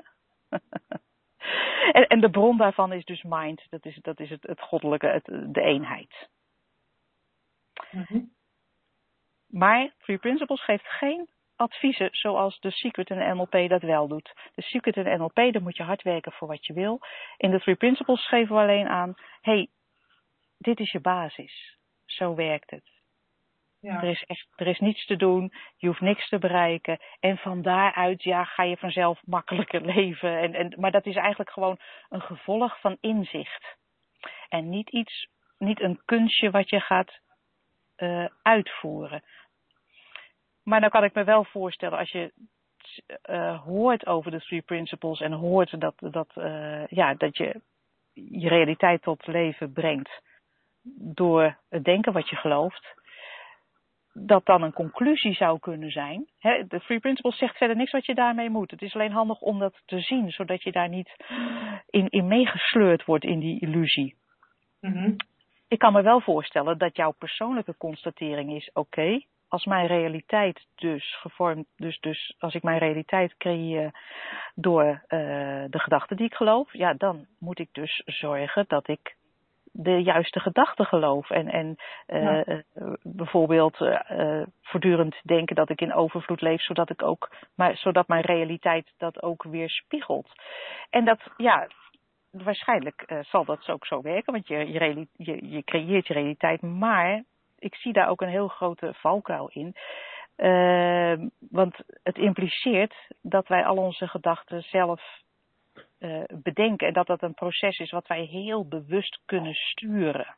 en de bron daarvan is dus mind, dat is het goddelijke, de eenheid. Mm-hmm. Maar Three Principles geeft geen adviezen zoals The Secret en de NLP dat wel doet. The Secret en de NLP, daar moet je hard werken voor wat je wil. In de Three Principles geven we alleen aan, dit is je basis. Zo werkt het. Ja. Er is niets te doen, je hoeft niks te bereiken. En van daaruit ga je vanzelf makkelijker leven. Maar dat is eigenlijk gewoon een gevolg van inzicht. En niet een kunstje wat je gaat uitvoeren. Maar dan kan ik me wel voorstellen, als je hoort over de Three Principles en hoort dat je je realiteit tot leven brengt door het denken wat je gelooft, dat dan een conclusie zou kunnen zijn. De Three Principles zegt verder niks wat je daarmee moet. Het is alleen handig om dat te zien, zodat je daar niet in meegesleurd wordt in die illusie. Mm-hmm. Ik kan me wel voorstellen dat jouw persoonlijke constatering is, oké, als mijn realiteit dus gevormd, dus als ik mijn realiteit creëer door de gedachten die ik geloof, dan moet ik dus zorgen dat ik de juiste gedachten geloof. En bijvoorbeeld voortdurend denken dat ik in overvloed leef, zodat mijn realiteit dat ook weer spiegelt. En dat, waarschijnlijk zal dat ook zo werken, want je creëert je realiteit, maar ik zie daar ook een heel grote valkuil in. Want het impliceert dat wij al onze gedachten zelf bedenken en dat dat een proces is wat wij heel bewust kunnen sturen.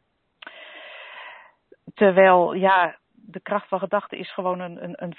Terwijl, de kracht van gedachten is gewoon een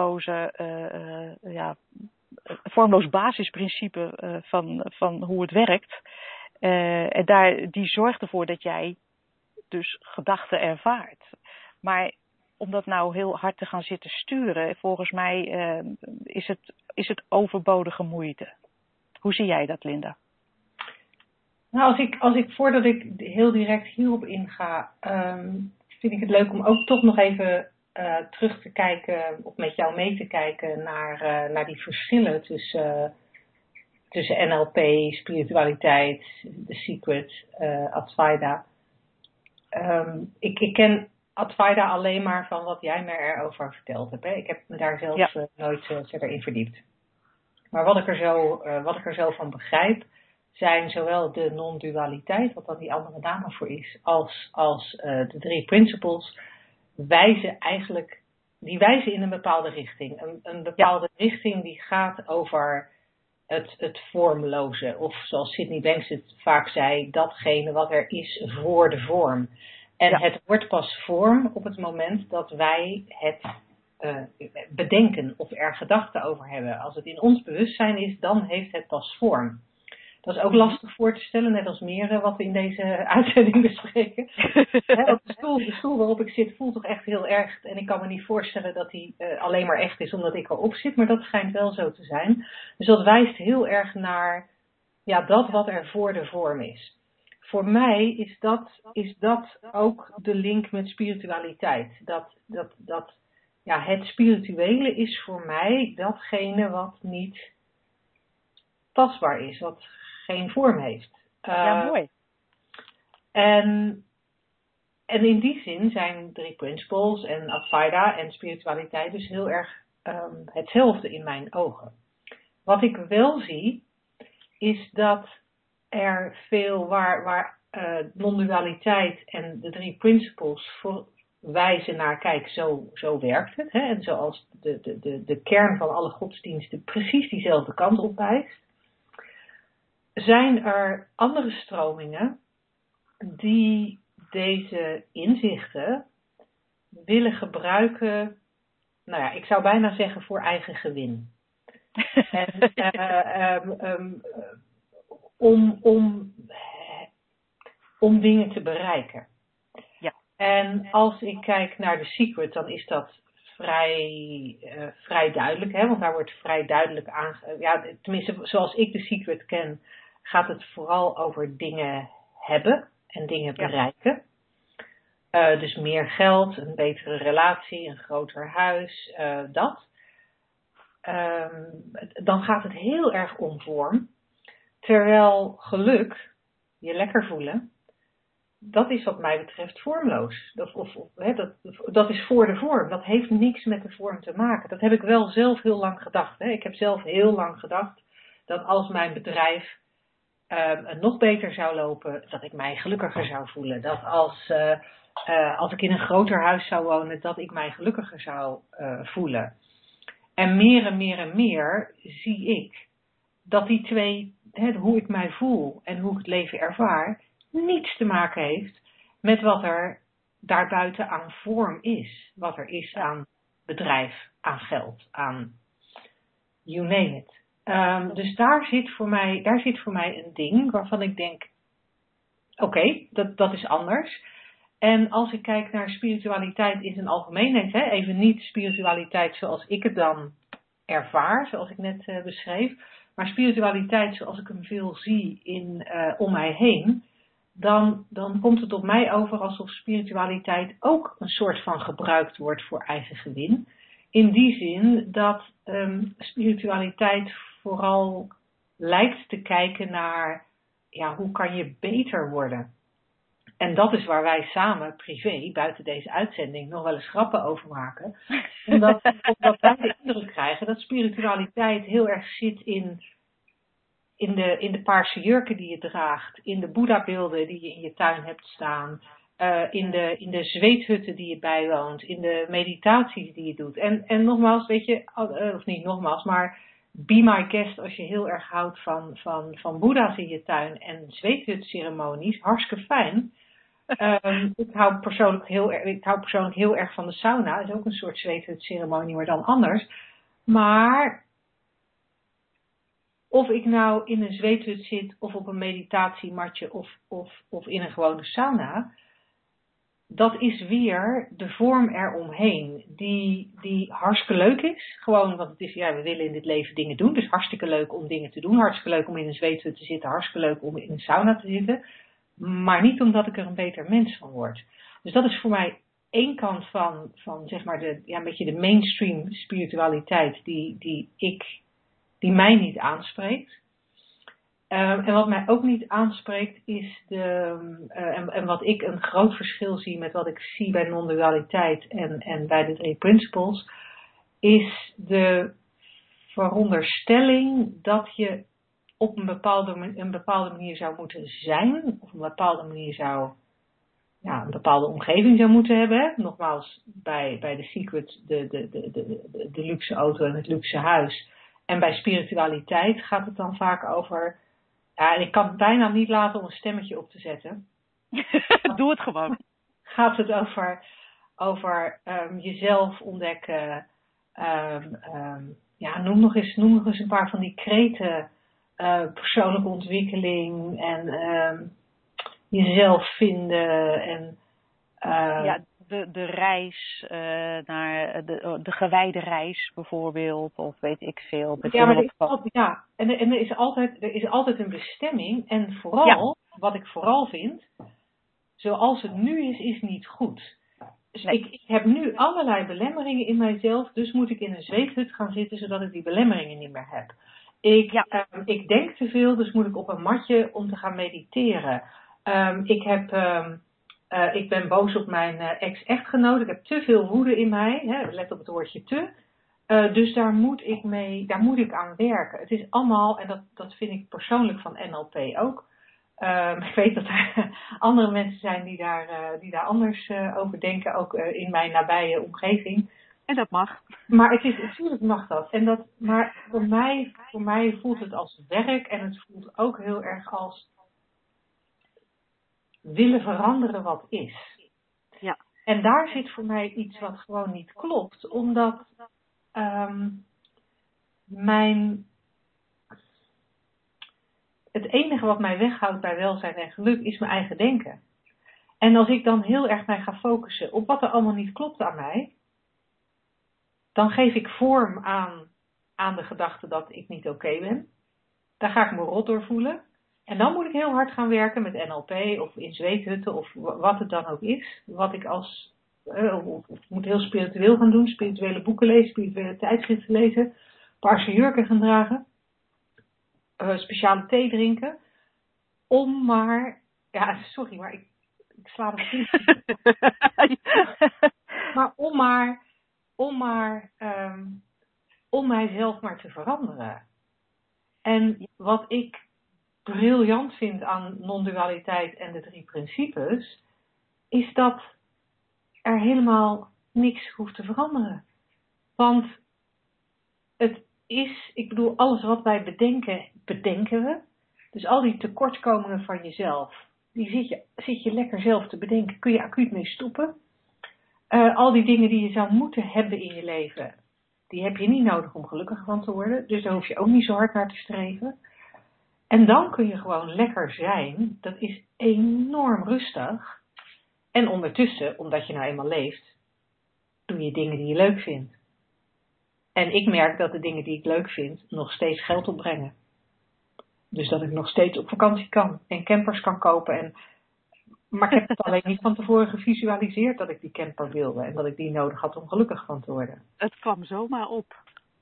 vormloos basisprincipe van hoe het werkt. En die zorgt ervoor dat jij dus gedachten ervaart. Maar om dat nou heel hard te gaan zitten sturen, volgens mij is het overbodige moeite. Hoe zie jij dat, Linda? Nou, voordat ik heel direct hierop inga, vind ik het leuk om ook toch nog even terug te kijken, of met jou mee te kijken naar die verschillen tussen NLP, spiritualiteit, The Secret, Advaita. Ik ken Advaita alleen maar van wat jij me erover verteld hebt. Hè? Ik heb me daar zelf nooit verder in verdiept. Maar wat ik er zo van begrijp, zijn zowel de non-dualiteit, wat dan die andere naam voor is, als de Three Principles, wijzen in een bepaalde richting. Een bepaalde richting die gaat over het vormloze. Of zoals Sydney Banks het vaak zei, datgene wat er is voor de vorm. En het wordt pas vorm op het moment dat wij het bedenken of er gedachten over hebben. Als het in ons bewustzijn is, dan heeft het pas vorm. Dat is ook lastig voor te stellen, net als meer wat we in deze uitzending bespreken. De stoel waarop ik zit voelt toch echt heel erg. En ik kan me niet voorstellen dat die alleen maar echt is omdat ik erop zit. Maar dat schijnt wel zo te zijn. Dus dat wijst heel erg naar dat wat er voor de vorm is. Voor mij is dat ook de link met spiritualiteit. Het spirituele is voor mij datgene wat niet tastbaar is, wat geen vorm heeft. Mooi. En in die zin zijn Three Principles en Advaita en spiritualiteit dus heel erg hetzelfde in mijn ogen. Wat ik wel zie, is dat er veel waar non-dualiteit en de Three Principles voor wijzen naar, kijk, zo werkt het. Hè? En zoals de kern van alle godsdiensten precies diezelfde kant op wijst, zijn er andere stromingen die deze inzichten willen gebruiken, nou ja, ik zou bijna zeggen voor eigen gewin. En, om dingen te bereiken. Ja. En als ik kijk naar The Secret, dan is dat vrij duidelijk, hè? Want daar wordt vrij duidelijk tenminste zoals ik The Secret ken, gaat het vooral over dingen hebben en dingen bereiken. Dus meer geld, een betere relatie, een groter huis, dat. Dan gaat het heel erg om vorm. Terwijl geluk, je lekker voelen, dat is wat mij betreft vormloos. Dat is voor de vorm. Dat heeft niks met de vorm te maken. Dat heb ik wel zelf heel lang gedacht. Hè. Ik heb zelf heel lang gedacht dat als mijn bedrijf nog beter zou lopen, dat ik mij gelukkiger zou voelen. Dat als ik in een groter huis zou wonen, dat ik mij gelukkiger zou voelen. En meer zie ik dat die twee, hoe ik mij voel en hoe ik het leven ervaar, niets te maken heeft met wat er daarbuiten aan vorm is. Wat er is aan bedrijf, aan geld, aan you name it. Dus daar zit voor mij een ding waarvan ik denk, oké, dat is anders. En als ik kijk naar spiritualiteit in zijn algemeenheid, even niet spiritualiteit zoals ik het dan ervaar, zoals ik net beschreef, maar spiritualiteit zoals ik hem veel zie om mij heen, dan komt het op mij over alsof spiritualiteit ook een soort van gebruikt wordt voor eigen gewin. In die zin dat spiritualiteit vooral lijkt te kijken naar, hoe kan je beter worden? En dat is waar wij samen, privé, buiten deze uitzending, nog wel eens grappen over maken. Omdat wij de indruk krijgen dat spiritualiteit heel erg zit in de paarse jurken die je draagt, in de Boeddha-beelden die je in je tuin hebt staan, in de zweethutten die je bijwoont, in de meditaties die je doet. En nogmaals, weet je, of niet nogmaals, maar be my guest als je heel erg houdt van Boeddha's in je tuin en zweethutceremonies, hartstikke fijn. Ik hou persoonlijk heel erg van de sauna. Dat is ook een soort zweethutceremonie, maar dan anders. Maar of ik nou in een zweethut zit of op een meditatiematje of in een gewone sauna, dat is weer de vorm eromheen die hartstikke leuk is. Gewoon, want het is, we willen in dit leven dingen doen. Dus hartstikke leuk om dingen te doen. Hartstikke leuk om in een zweethut te zitten. Hartstikke leuk om in een sauna te zitten. Maar niet omdat ik er een beter mens van word. Dus dat is voor mij één kant van zeg maar een beetje de mainstream spiritualiteit die mij niet aanspreekt. En wat mij ook niet aanspreekt is en wat ik een groot verschil zie met wat ik zie bij non-dualiteit en bij de 3 principles, is de veronderstelling dat je op een bepaalde manier zou moeten zijn, of een bepaalde manier een bepaalde omgeving zou moeten hebben. Hè? Nogmaals, bij The Secret de luxe auto en het luxe huis. En bij spiritualiteit gaat het dan vaak over, en ik kan het bijna niet laten om een stemmetje op te zetten. Doe het gewoon. Gaat het over jezelf ontdekken. Noem nog eens een paar van die kreten. Persoonlijke ontwikkeling en jezelf vinden en de reis naar de gewijde reis bijvoorbeeld, of weet ik veel. En er is altijd een bestemming en vooral, wat ik vooral vind, zoals het nu is niet goed. Dus ik heb nu allerlei belemmeringen in mijzelf, dus moet ik in een zweethut gaan zitten zodat ik die belemmeringen niet meer heb. Ik denk te veel, dus moet ik op een matje om te gaan mediteren. Ik ben boos op mijn ex-echtgenoot. Ik heb te veel woede in mij. Hè, let op het woordje te. Dus daar moet ik aan werken. Het is allemaal, en dat vind ik persoonlijk van NLP ook. Ik weet dat er andere mensen zijn die daar anders over denken. Ook in mijn nabije omgeving. En dat mag. Maar natuurlijk mag dat. Maar voor mij voelt het als werk. En het voelt ook heel erg als willen veranderen wat is. Ja. En daar zit voor mij iets wat gewoon niet klopt. Omdat het enige wat mij weghoudt bij welzijn en geluk is mijn eigen denken. En als ik dan heel erg mij ga focussen op wat er allemaal niet klopt aan mij, dan geef ik vorm aan de gedachte dat ik niet oké ben. Daar ga ik me rot door voelen. En dan moet ik heel hard gaan werken met NLP of in zweethutten of wat het dan ook is. Wat ik of moet heel spiritueel gaan doen. Spirituele boeken lezen, spirituele tijdschriften lezen. Paarse jurken gaan dragen. Speciale thee drinken. Om maar... Ja, sorry, maar ik sla het niet. Maar om mijzelf maar te veranderen. En wat ik briljant vind aan non-dualiteit en de 3 principes, is dat er helemaal niks hoeft te veranderen. Want het is, alles wat wij bedenken we. Dus al die tekortkomingen van jezelf, die zit je lekker zelf te bedenken. Kun je acuut mee stoppen. Al die dingen die je zou moeten hebben in je leven, die heb je niet nodig om gelukkig van te worden. Dus daar hoef je ook niet zo hard naar te streven. En dan kun je gewoon lekker zijn. Dat is enorm rustig. En ondertussen, omdat je nou eenmaal leeft, doe je dingen die je leuk vindt. En ik merk dat de dingen die ik leuk vind nog steeds geld opbrengen. Dus dat ik nog steeds op vakantie kan. En campers kan kopen. Maar ik heb het alleen niet van tevoren gevisualiseerd dat ik die camper wilde. En dat ik die nodig had om gelukkig van te worden. Het kwam zomaar op.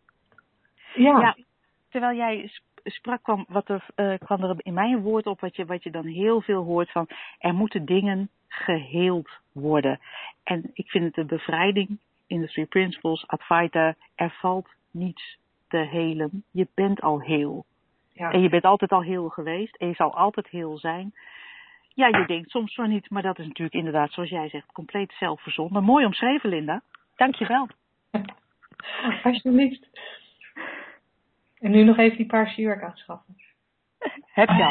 Ja, terwijl jij sprak, kwam er in mij een woord op wat je dan heel veel hoort van, er moeten dingen geheeld worden. En ik vind het een bevrijding in de 3 Principles, Advaita, er valt niets te helen. Je bent al heel. Ja. En je bent altijd al heel geweest en je zal altijd heel zijn. Ja, je denkt soms van niet, maar dat is natuurlijk inderdaad, zoals jij zegt, compleet zelfverzonnen. Mooi omschreven, Linda. Dank je wel. Alsjeblieft. En nu nog even die paarse jurk aanschaffen. Heb je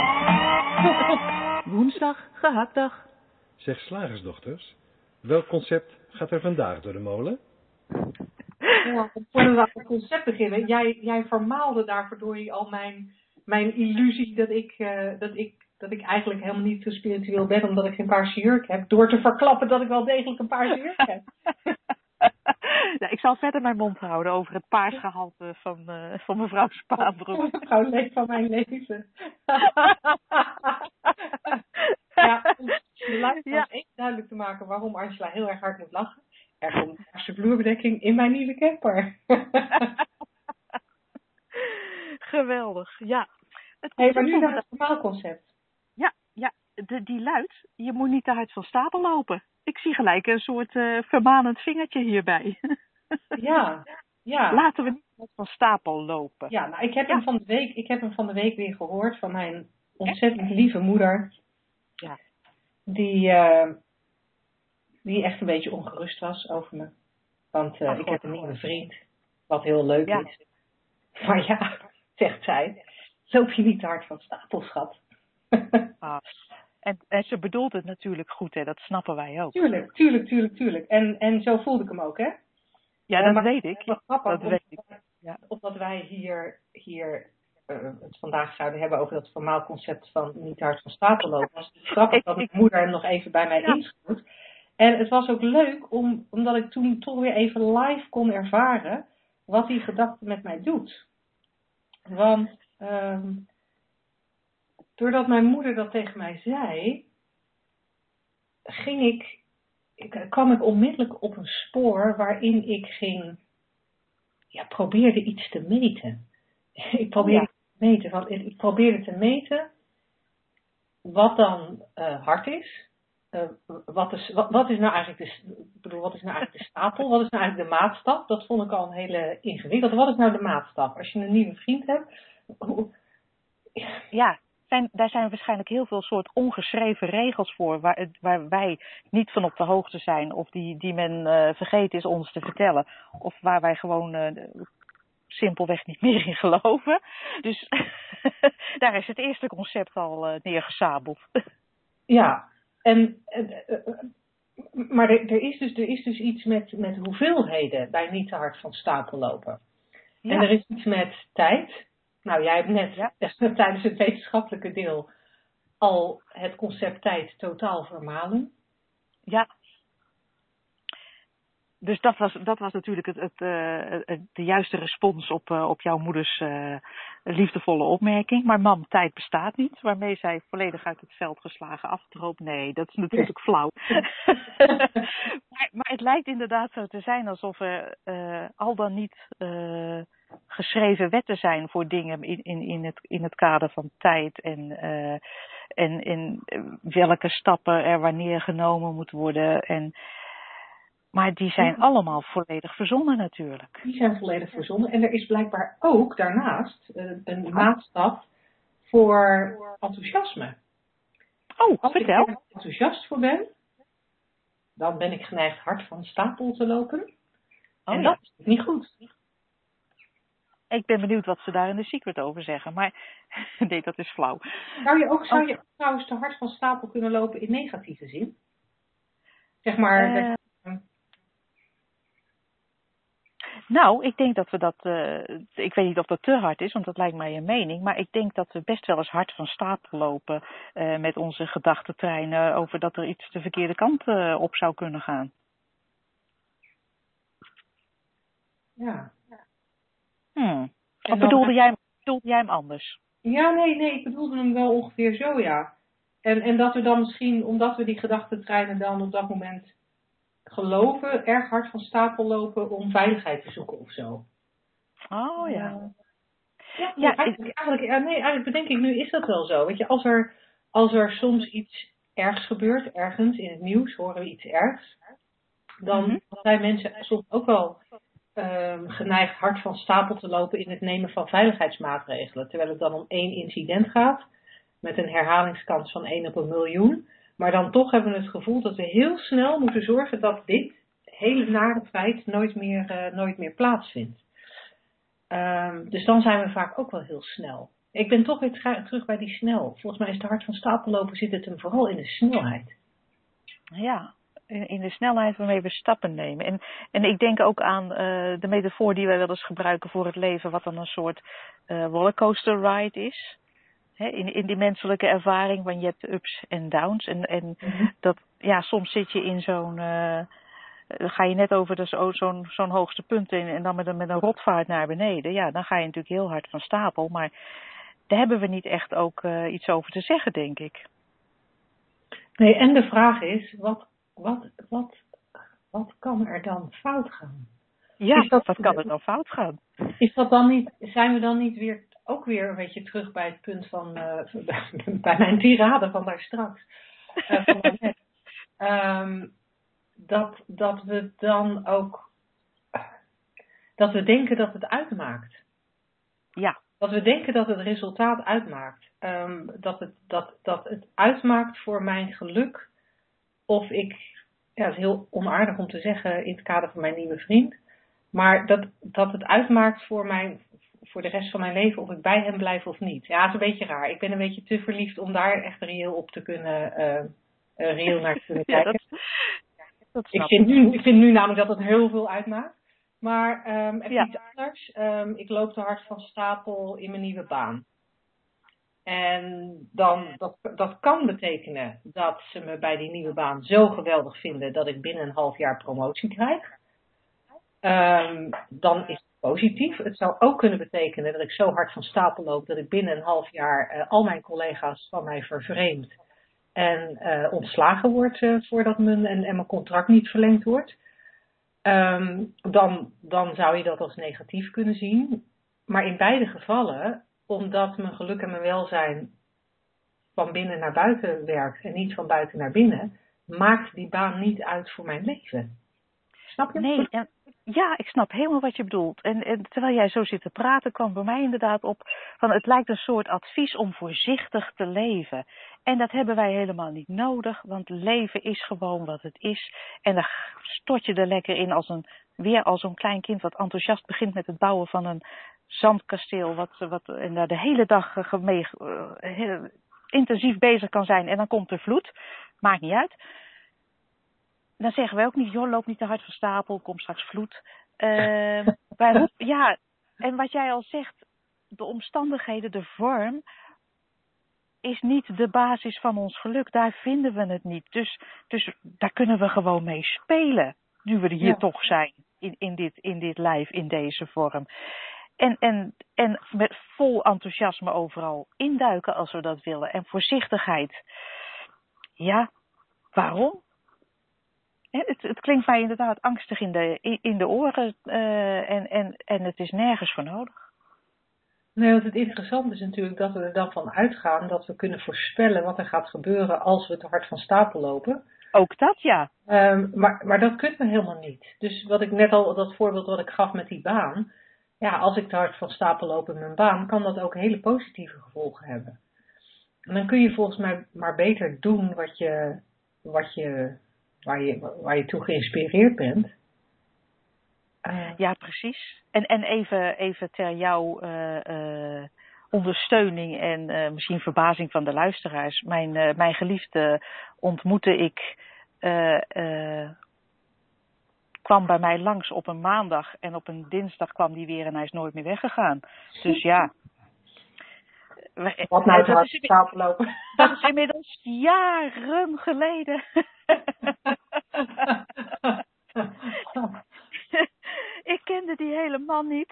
al. Woensdag, gehaktdag. Zeg slagersdochters, welk concept gaat er vandaag door de molen? Ja, voordat we aan het concept beginnen, jij vermaalde daardoor al mijn illusie dat ik eigenlijk helemaal niet zo spiritueel ben, omdat ik geen paarse jurk heb, door te verklappen dat ik wel degelijk een paarse jurk heb. Ja, ik zal verder mijn mond houden over het paarsgehalte van mevrouw Spaanbroek. Mevrouw leeft van mijn leven. Ja, om de luisteraars even duidelijk te maken waarom Angela heel erg hard moet lachen. Er komt een paarse vloerbedekking in mijn nieuwe camper. Geweldig, ja. Maar nu naar het vermaalconcept. Ja, die luidt, je moet niet te hard van stapel lopen. Ik zie gelijk een soort vermanend vingertje hierbij. Ja. Laten we niet van stapel lopen. Ja, nou, ik heb hem van de week weer gehoord van mijn ontzettend lieve moeder. Ja. Die echt een beetje ongerust was over me. Want ik heb een nieuwe vriend, wat heel leuk is. Maar ja, zegt zij, loop je niet te hard van stapel, schat. En ze bedoelt het natuurlijk goed, hè? Dat snappen wij ook. Tuurlijk. En zo voelde ik hem ook, hè? Ja, dat weet ik. Omdat wij hier het vandaag zouden hebben over dat vermaalconcept van niet te hard van stapel lopen. Was het grappig dat mijn moeder hem nog even bij mij inschoot. En het was ook leuk omdat ik toen toch weer even live kon ervaren wat die gedachte met mij doet. Want doordat mijn moeder dat tegen mij zei, kwam ik onmiddellijk op een spoor waarin ik probeerde iets te meten. Ik probeerde te meten wat dan hard is. Wat is nou eigenlijk de stapel? Wat is nou eigenlijk de maatstaf? Dat vond ik al een hele ingewikkelde. Wat is nou de maatstaf? Als je een nieuwe vriend hebt. Ja, daar zijn waarschijnlijk heel veel soort ongeschreven regels voor. Waar wij niet van op de hoogte zijn. Of die men vergeten is ons te vertellen. Of waar wij gewoon simpelweg niet meer in geloven. Dus daar is het eerste concept al neergesabeld. Ja. Maar er is dus iets met hoeveelheden bij niet te hard van stapel lopen. Ja. En er is iets met tijd. Nou, jij hebt net tijdens het wetenschappelijke deel al het concept tijd totaal vermalen. Ja. Dus dat was natuurlijk de juiste respons op jouw moeders liefdevolle opmerking. Maar mam, tijd bestaat niet. Waarmee zij volledig uit het veld geslagen afdroop. Nee, dat is natuurlijk flauw. maar het lijkt inderdaad zo te zijn alsof er al dan niet geschreven wetten zijn voor dingen in het kader van tijd. En welke stappen er wanneer genomen moeten worden. Maar die zijn allemaal volledig verzonnen natuurlijk. Die zijn volledig verzonnen. En er is blijkbaar ook daarnaast een maatstaf voor enthousiasme. Oh, als vertel. Als ik er enthousiast voor ben, dan ben ik geneigd hard van stapel te lopen. En dat is niet goed. Ik ben benieuwd wat ze daar in de Secret over zeggen. Maar nee, dat is flauw. Zou je ook trouwens te hard van stapel kunnen lopen in negatieve zin? Zeg maar... Nou, ik denk dat we dat... ik weet niet of dat te hard is, want dat lijkt mij een mening. Maar ik denk dat we best wel eens hard van stapel lopen met onze gedachtentreinen over dat er iets de verkeerde kant op zou kunnen gaan. Ja. Of bedoelde jij hem anders? Ja, nee, ik bedoelde hem wel ongeveer zo, ja. En dat we dan misschien, omdat we die gedachtentreinen dan op dat moment geloven, erg hard van stapel lopen om veiligheid te zoeken of zo. Oh ja. Eigenlijk bedenk ik nu, is dat wel zo. Weet je, als er soms iets ergs gebeurt, ergens in het nieuws horen we iets ergs, dan zijn mensen soms ook wel geneigd hard van stapel te lopen in het nemen van veiligheidsmaatregelen. Terwijl het dan om 1 incident gaat, met een herhalingskans van 1 op 1 miljoen. Maar dan toch hebben we het gevoel dat we heel snel moeten zorgen dat dit hele nare feit nooit meer plaatsvindt. Dus dan zijn we vaak ook wel heel snel. Ik ben toch weer terug bij die snel. Volgens mij is het hard van stapel lopen zit het hem vooral in de snelheid. Ja, in de snelheid waarmee we stappen nemen. En ik denk ook aan de metafoor die wij wel eens gebruiken voor het leven, wat dan een soort rollercoaster ride is. In die menselijke ervaring, want je hebt ups en downs. En dat, ja, soms zit je in zo'n... ga je net over zo'n hoogste punt in en dan met een rotvaart naar beneden. Ja, dan ga je natuurlijk heel hard van stapel. Maar daar hebben we niet echt ook iets over te zeggen, denk ik. Nee, en de vraag is, wat kan er dan fout gaan? Ja, wat kan er dan fout gaan? Is dat dan niet, zijn we dan niet ook weer een beetje terug bij het punt van, bij mijn tirade van daar straks. Dat we dan ook, dat we denken dat het uitmaakt. Ja. Dat we denken dat het resultaat uitmaakt. Dat het uitmaakt voor mijn geluk. Of ik, ja, het is heel onaardig om te zeggen in het kader van mijn nieuwe vriend. Maar dat het uitmaakt voor de rest van mijn leven of ik bij hem blijf of niet. Ja, het is een beetje raar. Ik ben een beetje te verliefd om daar echt reëel op te kunnen, reëel naar te kunnen kijken. Ik vind nu namelijk dat het heel veel uitmaakt. Maar even iets anders. Ik loop te hard van stapel in mijn nieuwe baan. En dan, dat kan betekenen dat ze me bij die nieuwe baan zo geweldig vinden dat ik binnen een half jaar promotie krijg. Dan is het positief. Het zou ook kunnen betekenen dat ik zo hard van stapel loop dat ik binnen een half jaar al mijn collega's van mij vervreemd en ontslagen word voordat mijn contract niet verlengd wordt. Dan zou je dat als negatief kunnen zien. Maar in beide gevallen, omdat mijn geluk en mijn welzijn van binnen naar buiten werkt en niet van buiten naar binnen, maakt die baan niet uit voor mijn leven. Snap je? Nee, ja, ik snap helemaal wat je bedoelt. En terwijl jij zo zit te praten, kwam bij mij inderdaad op van het lijkt een soort advies om voorzichtig te leven. En dat hebben wij helemaal niet nodig, want leven is gewoon wat het is. En dan stort je er lekker in als zo'n klein kind wat enthousiast begint met het bouwen van een zandkasteel. En daar de hele dag mee intensief bezig kan zijn. En dan komt er vloed. Maakt niet uit. dan zeggen wij ook niet, joh, loop niet te hard van stapel, kom straks vloed. Ja, en wat jij al zegt, de omstandigheden, de vorm, is niet de basis van ons geluk. Daar vinden we het niet. Dus daar kunnen we gewoon mee spelen, nu we hier toch zijn, in dit lijf, in deze vorm. En met vol enthousiasme overal induiken als we dat willen. En voorzichtigheid. Ja, waarom? Het klinkt mij inderdaad angstig in de oren en het is nergens voor nodig. Nee, want het interessante is natuurlijk dat we er dan van uitgaan dat we kunnen voorspellen wat er gaat gebeuren als we te hard van stapel lopen. Ook dat, ja. Maar dat kunnen we helemaal niet. Dus wat ik net al, dat voorbeeld wat ik gaf met die baan. Ja, als ik te hard van stapel loop in mijn baan, kan dat ook hele positieve gevolgen hebben. En dan kun je volgens mij maar beter doen waar je toe geïnspireerd bent. Ja, precies. En even ter jouw ondersteuning en misschien verbazing van de luisteraars. Mijn geliefde ontmoette ik, kwam bij mij langs op een maandag en op een dinsdag kwam die weer en hij is nooit meer weggegaan. Dus ja. Wat nou te hard van stapel lopen? Dat is inmiddels jaren geleden. Ik kende die hele man niet.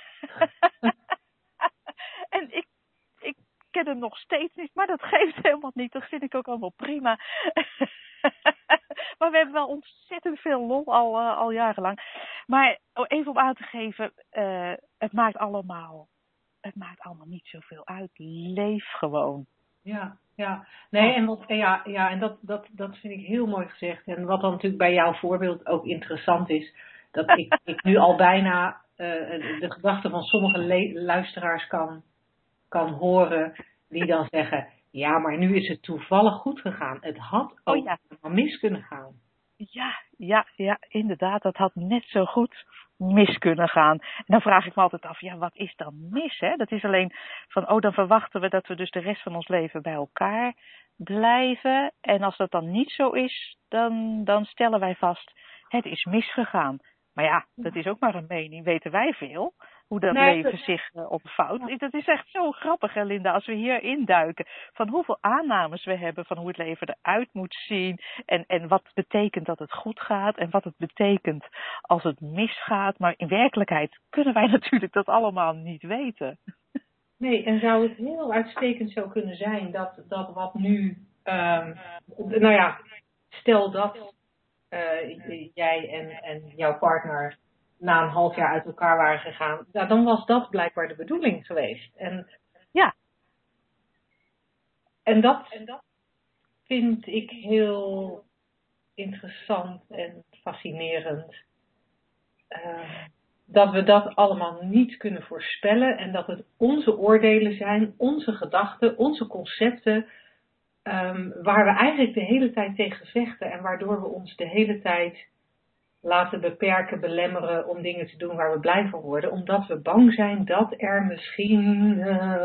En ik ken hem nog steeds niet, maar dat geeft helemaal niet. Dat vind ik ook allemaal prima. Maar we hebben wel ontzettend veel lol al jarenlang. Maar even om aan te geven, het maakt allemaal niet zoveel uit. Leef gewoon. Ja. Nee, en dat vind ik heel mooi gezegd. En wat dan natuurlijk bij jouw voorbeeld ook interessant is, dat ik nu al bijna de gedachten van sommige luisteraars kan horen, die dan zeggen, ja, maar nu is het toevallig goed gegaan. Het had ook mis kunnen gaan. Ja, inderdaad, dat had net zo goed mis kunnen gaan. En dan vraag ik me altijd af, ja, wat is dan mis, hè? Dat is alleen van, dan verwachten we dat we dus de rest van ons leven bij elkaar blijven. En als dat dan niet zo is, dan stellen wij vast, het is misgegaan. Maar ja, dat is ook maar een mening, weten wij veel. Hoe dat leven zich opvouwt. Ja. Dat is echt zo grappig, hè, Linda, als we hier induiken. Van hoeveel aannames we hebben van hoe het leven eruit moet zien. En wat betekent dat het goed gaat. En wat het betekent als het misgaat. Maar in werkelijkheid kunnen wij natuurlijk dat allemaal niet weten. Nee, en zou het heel uitstekend zo kunnen zijn dat wat nu... stel dat jij en jouw partner na een half jaar uit elkaar waren gegaan, dan was dat blijkbaar de bedoeling geweest. En dat vind ik heel interessant en fascinerend. Dat we dat allemaal niet kunnen voorspellen en dat het onze oordelen zijn, onze gedachten, onze concepten, waar we eigenlijk de hele tijd tegen vechten en waardoor we ons de hele tijd laten beperken, belemmeren om dingen te doen waar we blij van worden. Omdat we bang zijn dat er misschien...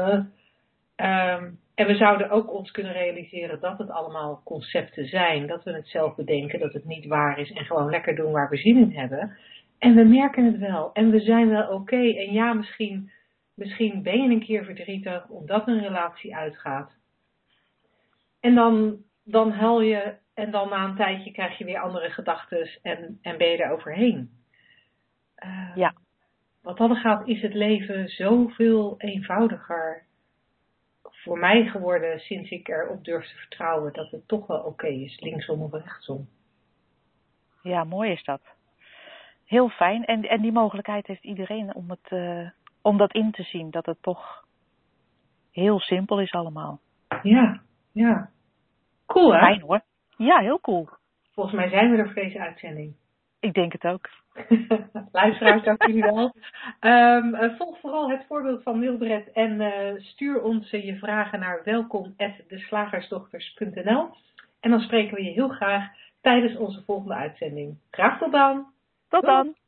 en we zouden ook ons kunnen realiseren dat het allemaal concepten zijn. Dat we het zelf bedenken, dat het niet waar is. En gewoon lekker doen waar we zin in hebben. En we merken het wel. En we zijn wel oké. En ja, misschien ben je een keer verdrietig omdat een relatie uitgaat. En dan huil je... En dan na een tijdje krijg je weer andere gedachten en ben je er overheen. Wat dat gaat is het leven zoveel eenvoudiger voor mij geworden sinds ik erop durf te vertrouwen dat het toch wel oké is, linksom of rechtsom. Ja, mooi is dat. Heel fijn. En die mogelijkheid heeft iedereen om dat in te zien, dat het toch heel simpel is allemaal. Ja. Cool, hè? Fijn hoor. Ja, heel cool. Volgens mij zijn we er voor deze uitzending. Ik denk het ook. Luisteraars, dank jullie wel. Volg vooral het voorbeeld van Mildred en stuur ons je vragen naar welkom@deslagersdochters.nl. En dan spreken we je heel graag tijdens onze volgende uitzending. Graag tot dan. Tot dan.